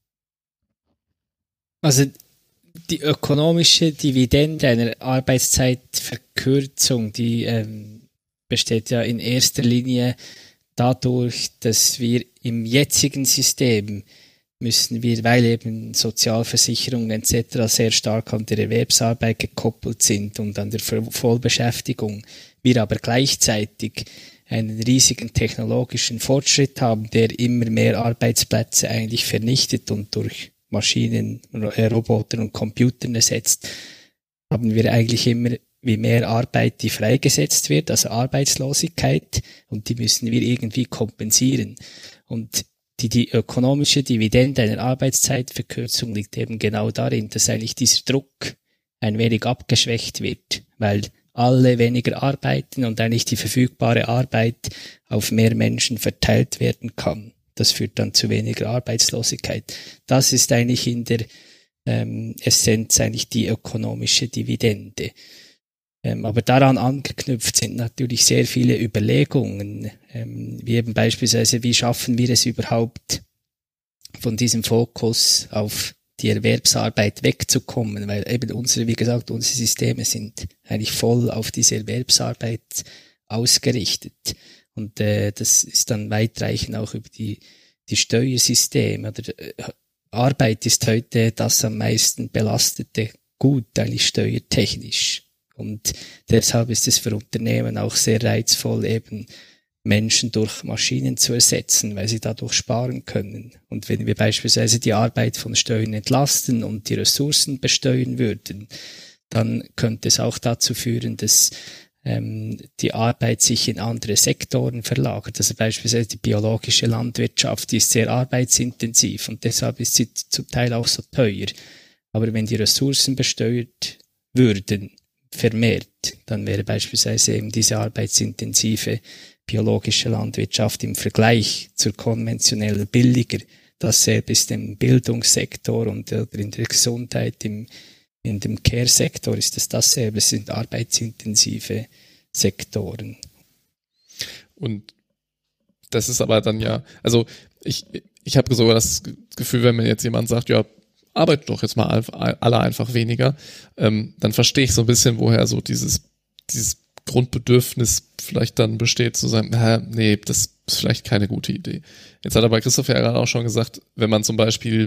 Also die ökonomische Dividende einer Arbeitszeitverkürzung, die besteht ja in erster Linie dadurch, dass wir im jetzigen System müssen wir, weil eben Sozialversicherungen etc. sehr stark an der Erwerbsarbeit gekoppelt sind und an der Vollbeschäftigung, wir aber gleichzeitig einen riesigen technologischen Fortschritt haben, der immer mehr Arbeitsplätze eigentlich vernichtet und durch Maschinen, Robotern und Computern ersetzt, haben wir eigentlich immer wie mehr Arbeit, die freigesetzt wird, also Arbeitslosigkeit, und die müssen wir irgendwie kompensieren. Und die ökonomische Dividende einer Arbeitszeitverkürzung liegt eben genau darin, dass eigentlich dieser Druck ein wenig abgeschwächt wird, weil alle weniger arbeiten und eigentlich die verfügbare Arbeit auf mehr Menschen verteilt werden kann. Das führt dann zu weniger Arbeitslosigkeit. Das ist eigentlich in der Essenz eigentlich die ökonomische Dividende. Aber daran angeknüpft sind natürlich sehr viele Überlegungen, wie eben beispielsweise, wie schaffen wir es überhaupt, von diesem Fokus auf die Erwerbsarbeit wegzukommen, weil eben unsere Systeme sind eigentlich voll auf diese Erwerbsarbeit ausgerichtet. Und das ist dann weitreichend auch über die Steuersysteme. Arbeit ist heute das am meisten belastete Gut, eigentlich steuertechnisch. Und deshalb ist es für Unternehmen auch sehr reizvoll, eben Menschen durch Maschinen zu ersetzen, weil sie dadurch sparen können. Und wenn wir beispielsweise die Arbeit von Steuern entlasten und die Ressourcen besteuern würden, dann könnte es auch dazu führen, dass die Arbeit sich in andere Sektoren verlagert. Also beispielsweise die biologische Landwirtschaft, die ist sehr arbeitsintensiv und deshalb ist sie zum Teil auch so teuer. Aber wenn die Ressourcen besteuert würden, vermehrt, dann wäre beispielsweise eben diese arbeitsintensive biologische Landwirtschaft im Vergleich zur konventionellen billiger. Dasselbe ist im Bildungssektor und in der Gesundheit, in dem Care-Sektor ist es dasselbe. Es sind arbeitsintensive Sektoren. Und das ist aber dann ja, also ich habe sogar das Gefühl, wenn mir jetzt jemand sagt, ja, arbeitet doch jetzt mal alle einfach weniger, dann verstehe ich so ein bisschen, woher so dieses Grundbedürfnis vielleicht dann besteht, zu sagen, nee, das ist vielleicht keine gute Idee. Jetzt hat aber Christoph ja gerade auch schon gesagt, wenn man zum Beispiel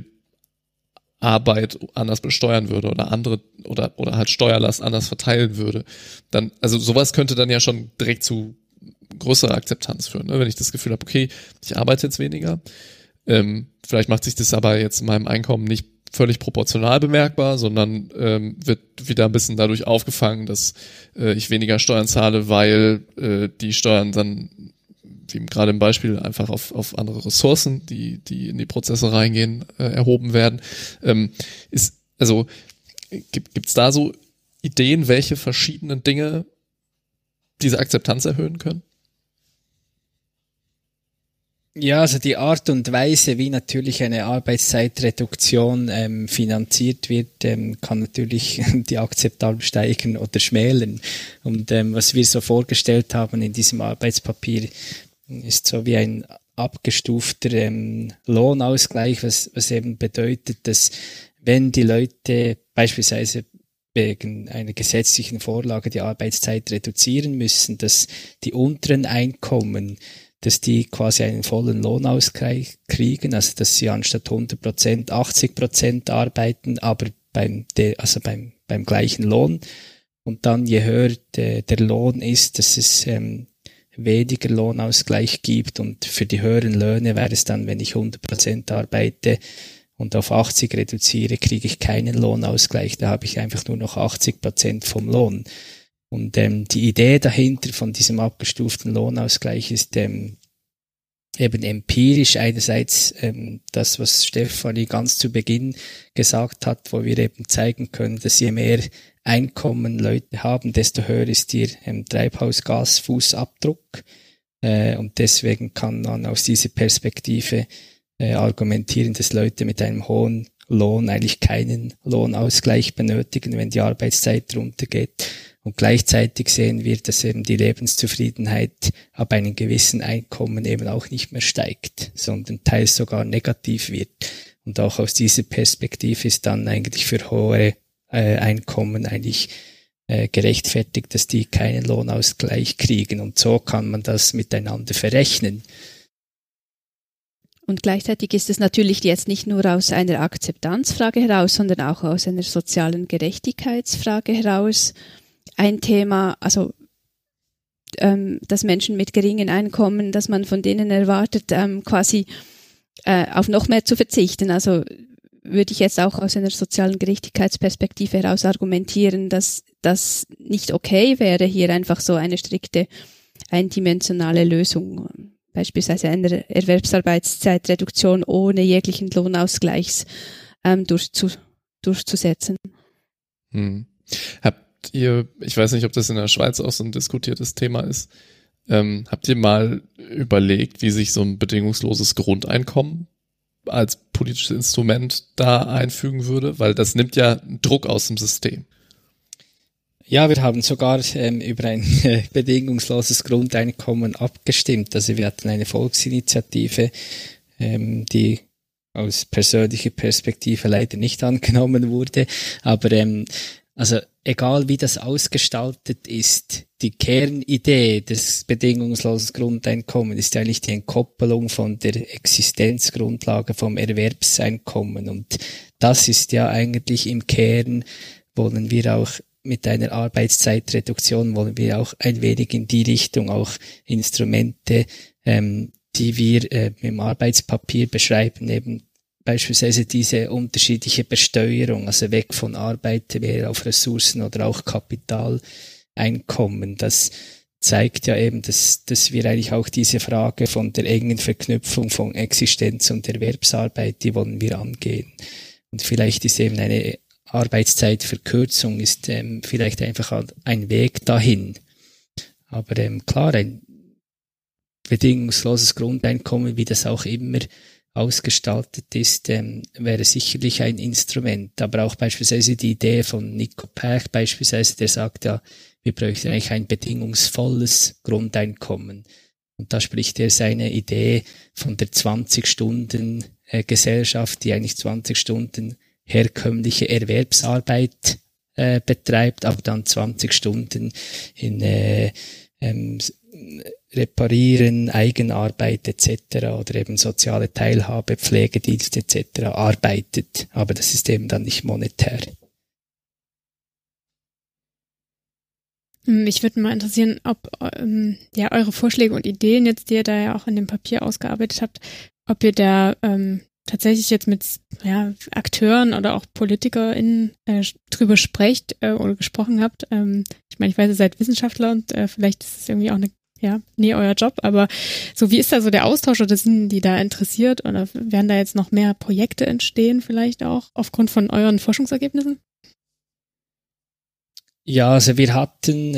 Arbeit anders besteuern würde oder andere oder halt Steuerlast anders verteilen würde, dann, also sowas könnte dann ja schon direkt zu größerer Akzeptanz führen, ne? Wenn ich das Gefühl habe, okay, ich arbeite jetzt weniger, vielleicht macht sich das aber jetzt in meinem Einkommen nicht völlig proportional bemerkbar, sondern wird wieder ein bisschen dadurch aufgefangen, dass ich weniger Steuern zahle, weil die Steuern dann, wie gerade im Beispiel, einfach auf andere Ressourcen, die in die Prozesse reingehen, erhoben werden. Gibt's da so Ideen, welche verschiedenen Dinge diese Akzeptanz erhöhen können? Ja, also die Art und Weise, wie natürlich eine Arbeitszeitreduktion finanziert wird, kann natürlich die Akzeptanz steigern oder schmälern. Und was wir so vorgestellt haben in diesem Arbeitspapier, ist so wie ein abgestufter Lohnausgleich, was eben bedeutet, dass wenn die Leute beispielsweise wegen einer gesetzlichen Vorlage die Arbeitszeit reduzieren müssen, dass die unteren Einkommen, dass die quasi einen vollen Lohnausgleich kriegen, also dass sie anstatt 100% 80% arbeiten, aber beim gleichen Lohn. Und dann, je höher der Lohn ist, dass es weniger Lohnausgleich gibt, und für die höheren Löhne wäre es dann, wenn ich 100% arbeite und auf 80 reduziere, kriege ich keinen Lohnausgleich, da habe ich einfach nur noch 80% vom Lohn. Und die Idee dahinter von diesem abgestuften Lohnausgleich ist eben empirisch einerseits das, was Stefanie ganz zu Beginn gesagt hat, wo wir eben zeigen können, dass je mehr Einkommen Leute haben, desto höher ist ihr Treibhausgasfußabdruck. Und deswegen kann man aus dieser Perspektive argumentieren, dass Leute mit einem hohen Lohn eigentlich keinen Lohnausgleich benötigen, wenn die Arbeitszeit runtergeht. Und gleichzeitig sehen wir, dass eben die Lebenszufriedenheit ab einem gewissen Einkommen eben auch nicht mehr steigt, sondern teils sogar negativ wird. Und auch aus dieser Perspektive ist dann eigentlich für hohe Einkommen eigentlich gerechtfertigt, dass die keinen Lohnausgleich kriegen. Und so kann man das miteinander verrechnen. Und gleichzeitig ist es natürlich jetzt nicht nur aus einer Akzeptanzfrage heraus, sondern auch aus einer sozialen Gerechtigkeitsfrage heraus ein Thema, also dass Menschen mit geringen Einkommen, dass man von denen erwartet, quasi auf noch mehr zu verzichten. Also würde ich jetzt auch aus einer sozialen Gerechtigkeitsperspektive heraus argumentieren, dass das nicht okay wäre, hier einfach so eine strikte eindimensionale Lösung, beispielsweise eine Erwerbsarbeitszeitreduktion ohne jeglichen Lohnausgleichs durchzusetzen. Habt ihr, ich weiß nicht, ob das in der Schweiz auch so ein diskutiertes Thema ist, habt ihr mal überlegt, wie sich so ein bedingungsloses Grundeinkommen als politisches Instrument da einfügen würde? Weil das nimmt ja Druck aus dem System. Ja, wir haben sogar über ein bedingungsloses Grundeinkommen abgestimmt. Also wir hatten eine Volksinitiative, die aus persönlicher Perspektive leider nicht angenommen wurde. Aber also egal wie das ausgestaltet ist, die Kernidee des bedingungslosen Grundeinkommens ist eigentlich die Entkoppelung von der Existenzgrundlage vom Erwerbseinkommen. Und das ist ja eigentlich im Kern, wollen wir auch mit einer Arbeitszeitreduktion, wollen wir auch ein wenig in die Richtung auch Instrumente, die wir im Arbeitspapier beschreiben, eben beispielsweise diese unterschiedliche Besteuerung, also weg von Arbeit mehr auf Ressourcen oder auch Kapitaleinkommen. Das zeigt ja eben, dass wir eigentlich auch diese Frage von der engen Verknüpfung von Existenz und Erwerbsarbeit, die wollen wir angehen. Und vielleicht ist eben eine Arbeitszeitverkürzung ist vielleicht einfach ein Weg dahin. Aber klar, ein bedingungsloses Grundeinkommen, wie das auch immer ausgestaltet ist, wäre sicherlich ein Instrument. Aber auch beispielsweise die Idee von Nico Pech beispielsweise, der sagt ja, wir bräuchten eigentlich ein bedingungsvolles Grundeinkommen. Und da spricht er seine Idee von der 20-Stunden-Gesellschaft, die eigentlich 20 Stunden herkömmliche Erwerbsarbeit betreibt, aber dann 20 Stunden in Reparieren, Eigenarbeit etc. oder eben soziale Teilhabe, Pflegedienst etc. arbeitet. Aber das ist eben dann nicht monetär. Mich würde mal interessieren, ob eure Vorschläge und Ideen jetzt, die ihr da ja auch in dem Papier ausgearbeitet habt, ob ihr da tatsächlich jetzt mit Akteuren oder auch PolitikerInnen drüber sprecht oder gesprochen habt. Ich meine, ich weiß, ihr seid Wissenschaftler und vielleicht ist es irgendwie auch euer Job, aber so, wie ist da so der Austausch oder sind die da interessiert oder werden da jetzt noch mehr Projekte entstehen vielleicht auch aufgrund von euren Forschungsergebnissen? Ja, also wir hatten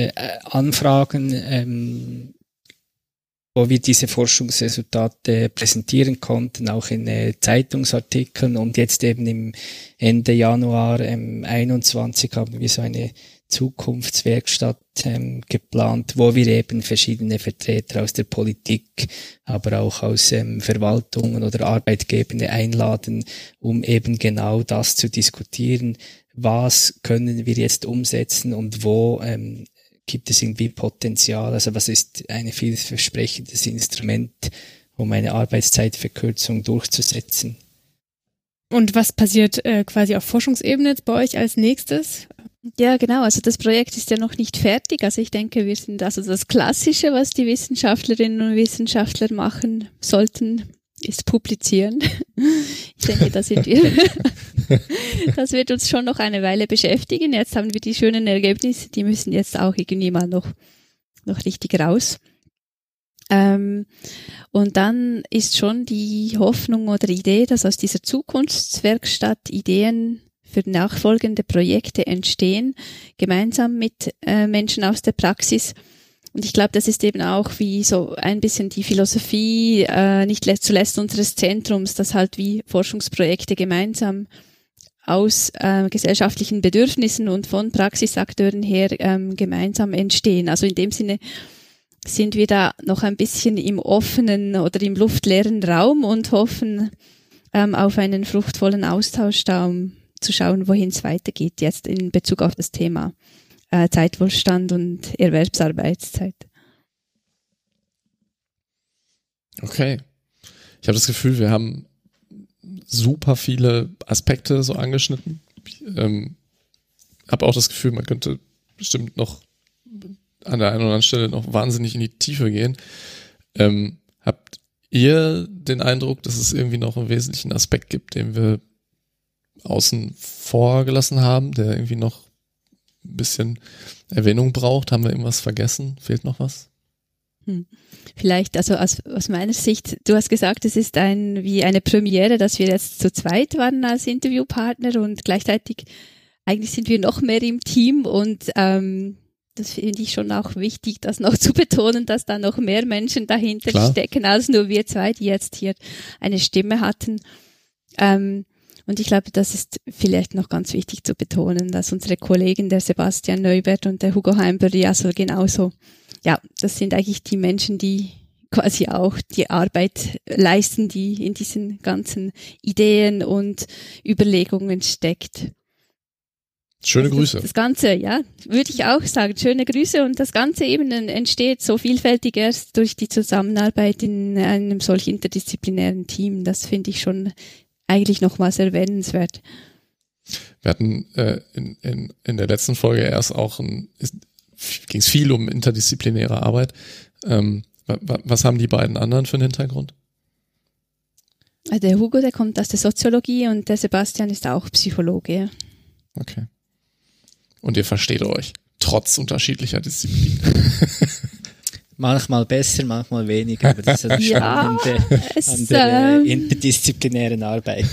Anfragen, wo wir diese Forschungsresultate präsentieren konnten, auch in Zeitungsartikeln, und jetzt eben im Ende Januar 21 haben wir so eine Zukunftswerkstatt geplant, wo wir eben verschiedene Vertreter aus der Politik, aber auch aus Verwaltungen oder Arbeitgebende einladen, um eben genau das zu diskutieren. Was können wir jetzt umsetzen und wo gibt es irgendwie Potenzial? Also was ist ein vielversprechendes Instrument, um eine Arbeitszeitverkürzung durchzusetzen? Und was passiert quasi auf Forschungsebene jetzt bei euch als nächstes? Ja, genau. Also das Projekt ist ja noch nicht fertig. Also ich denke, wir sind also das Klassische, was die Wissenschaftlerinnen und Wissenschaftler machen sollten, ist publizieren. Ich denke, das wird uns schon noch eine Weile beschäftigen. Jetzt haben wir die schönen Ergebnisse, die müssen jetzt auch irgendwie mal noch richtig raus. Und dann ist schon die Hoffnung oder Idee, dass aus dieser Zukunftswerkstatt Ideen für nachfolgende Projekte entstehen, gemeinsam mit Menschen aus der Praxis. Und ich glaube, das ist eben auch wie so ein bisschen die Philosophie, nicht zuletzt unseres Zentrums, dass halt wie Forschungsprojekte gemeinsam aus gesellschaftlichen Bedürfnissen und von Praxisakteuren her gemeinsam entstehen. Also in dem Sinne sind wir da noch ein bisschen im offenen oder im luftleeren Raum und hoffen auf einen fruchtvollen Austausch da, um zu schauen, wohin es weitergeht jetzt in Bezug auf das Thema Zeitwohlstand und Erwerbsarbeitszeit. Okay. Ich habe das Gefühl, wir haben super viele Aspekte so angeschnitten. Ich habe auch das Gefühl, man könnte bestimmt noch an der einen oder anderen Stelle noch wahnsinnig in die Tiefe gehen. Habt ihr den Eindruck, dass es irgendwie noch einen wesentlichen Aspekt gibt, den wir außen vor gelassen haben, der irgendwie noch ein bisschen Erwähnung braucht? Haben wir irgendwas vergessen? Fehlt noch was? Vielleicht, also aus meiner Sicht, du hast gesagt, es ist wie eine Premiere, dass wir jetzt zu zweit waren als Interviewpartner und gleichzeitig eigentlich sind wir noch mehr im Team und das finde ich schon auch wichtig, das noch zu betonen, dass da noch mehr Menschen dahinter stecken, als nur wir zwei, die jetzt hier eine Stimme hatten. Und ich glaube, das ist vielleicht noch ganz wichtig zu betonen, dass unsere Kollegen, der Sebastian Neubert und der Hugo Heimberry, also genauso, ja, das sind eigentlich die Menschen, die quasi auch die Arbeit leisten, die in diesen ganzen Ideen und Überlegungen steckt. Schöne Grüße. Das Ganze, ja, würde ich auch sagen, schöne Grüße und das Ganze eben entsteht so vielfältig erst durch die Zusammenarbeit in einem solch interdisziplinären Team. Das finde ich schon eigentlich nochmals erwähnenswert. Wir hatten in der letzten Folge erst auch ging es viel um interdisziplinäre Arbeit. Was haben die beiden anderen für einen Hintergrund? Der Hugo, der kommt aus der Soziologie und der Sebastian ist auch Psychologe. Okay. Und ihr versteht euch, trotz unterschiedlicher Disziplinen. Manchmal besser, manchmal weniger, aber das ist das Spannende an der interdisziplinären Arbeit.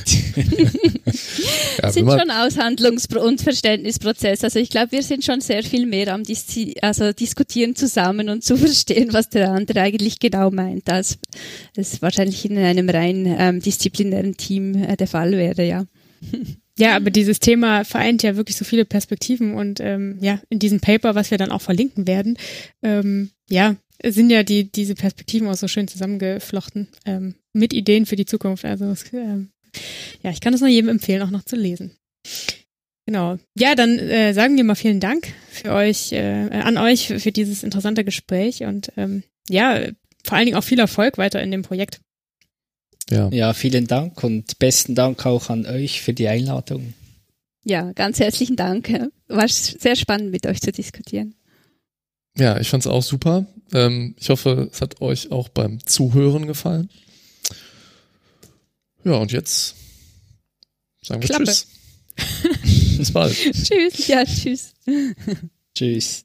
Es sind schon Aushandlungs- und Verständnisprozesse. Also ich glaube, wir sind schon sehr viel mehr am Diskutieren zusammen und zu verstehen, was der andere eigentlich genau meint, als es wahrscheinlich in einem rein disziplinären Team der Fall wäre, ja. Ja, aber dieses Thema vereint ja wirklich so viele Perspektiven und in diesem Paper, was wir dann auch verlinken werden, sind ja diese Perspektiven auch so schön zusammengeflochten mit Ideen für die Zukunft. Also ich kann es nur jedem empfehlen, auch noch zu lesen. Genau. Ja, dann sagen wir mal vielen Dank an euch für dieses interessante Gespräch und vor allen Dingen auch viel Erfolg weiter in dem Projekt. Ja, vielen Dank und besten Dank auch an euch für die Einladung. Ja, ganz herzlichen Dank. War sehr spannend, mit euch zu diskutieren. Ja, ich fand's auch super. Ich hoffe, es hat euch auch beim Zuhören gefallen. Ja, und jetzt sagen wir Tschüss. Bis bald. Tschüss. Ja, tschüss. Tschüss.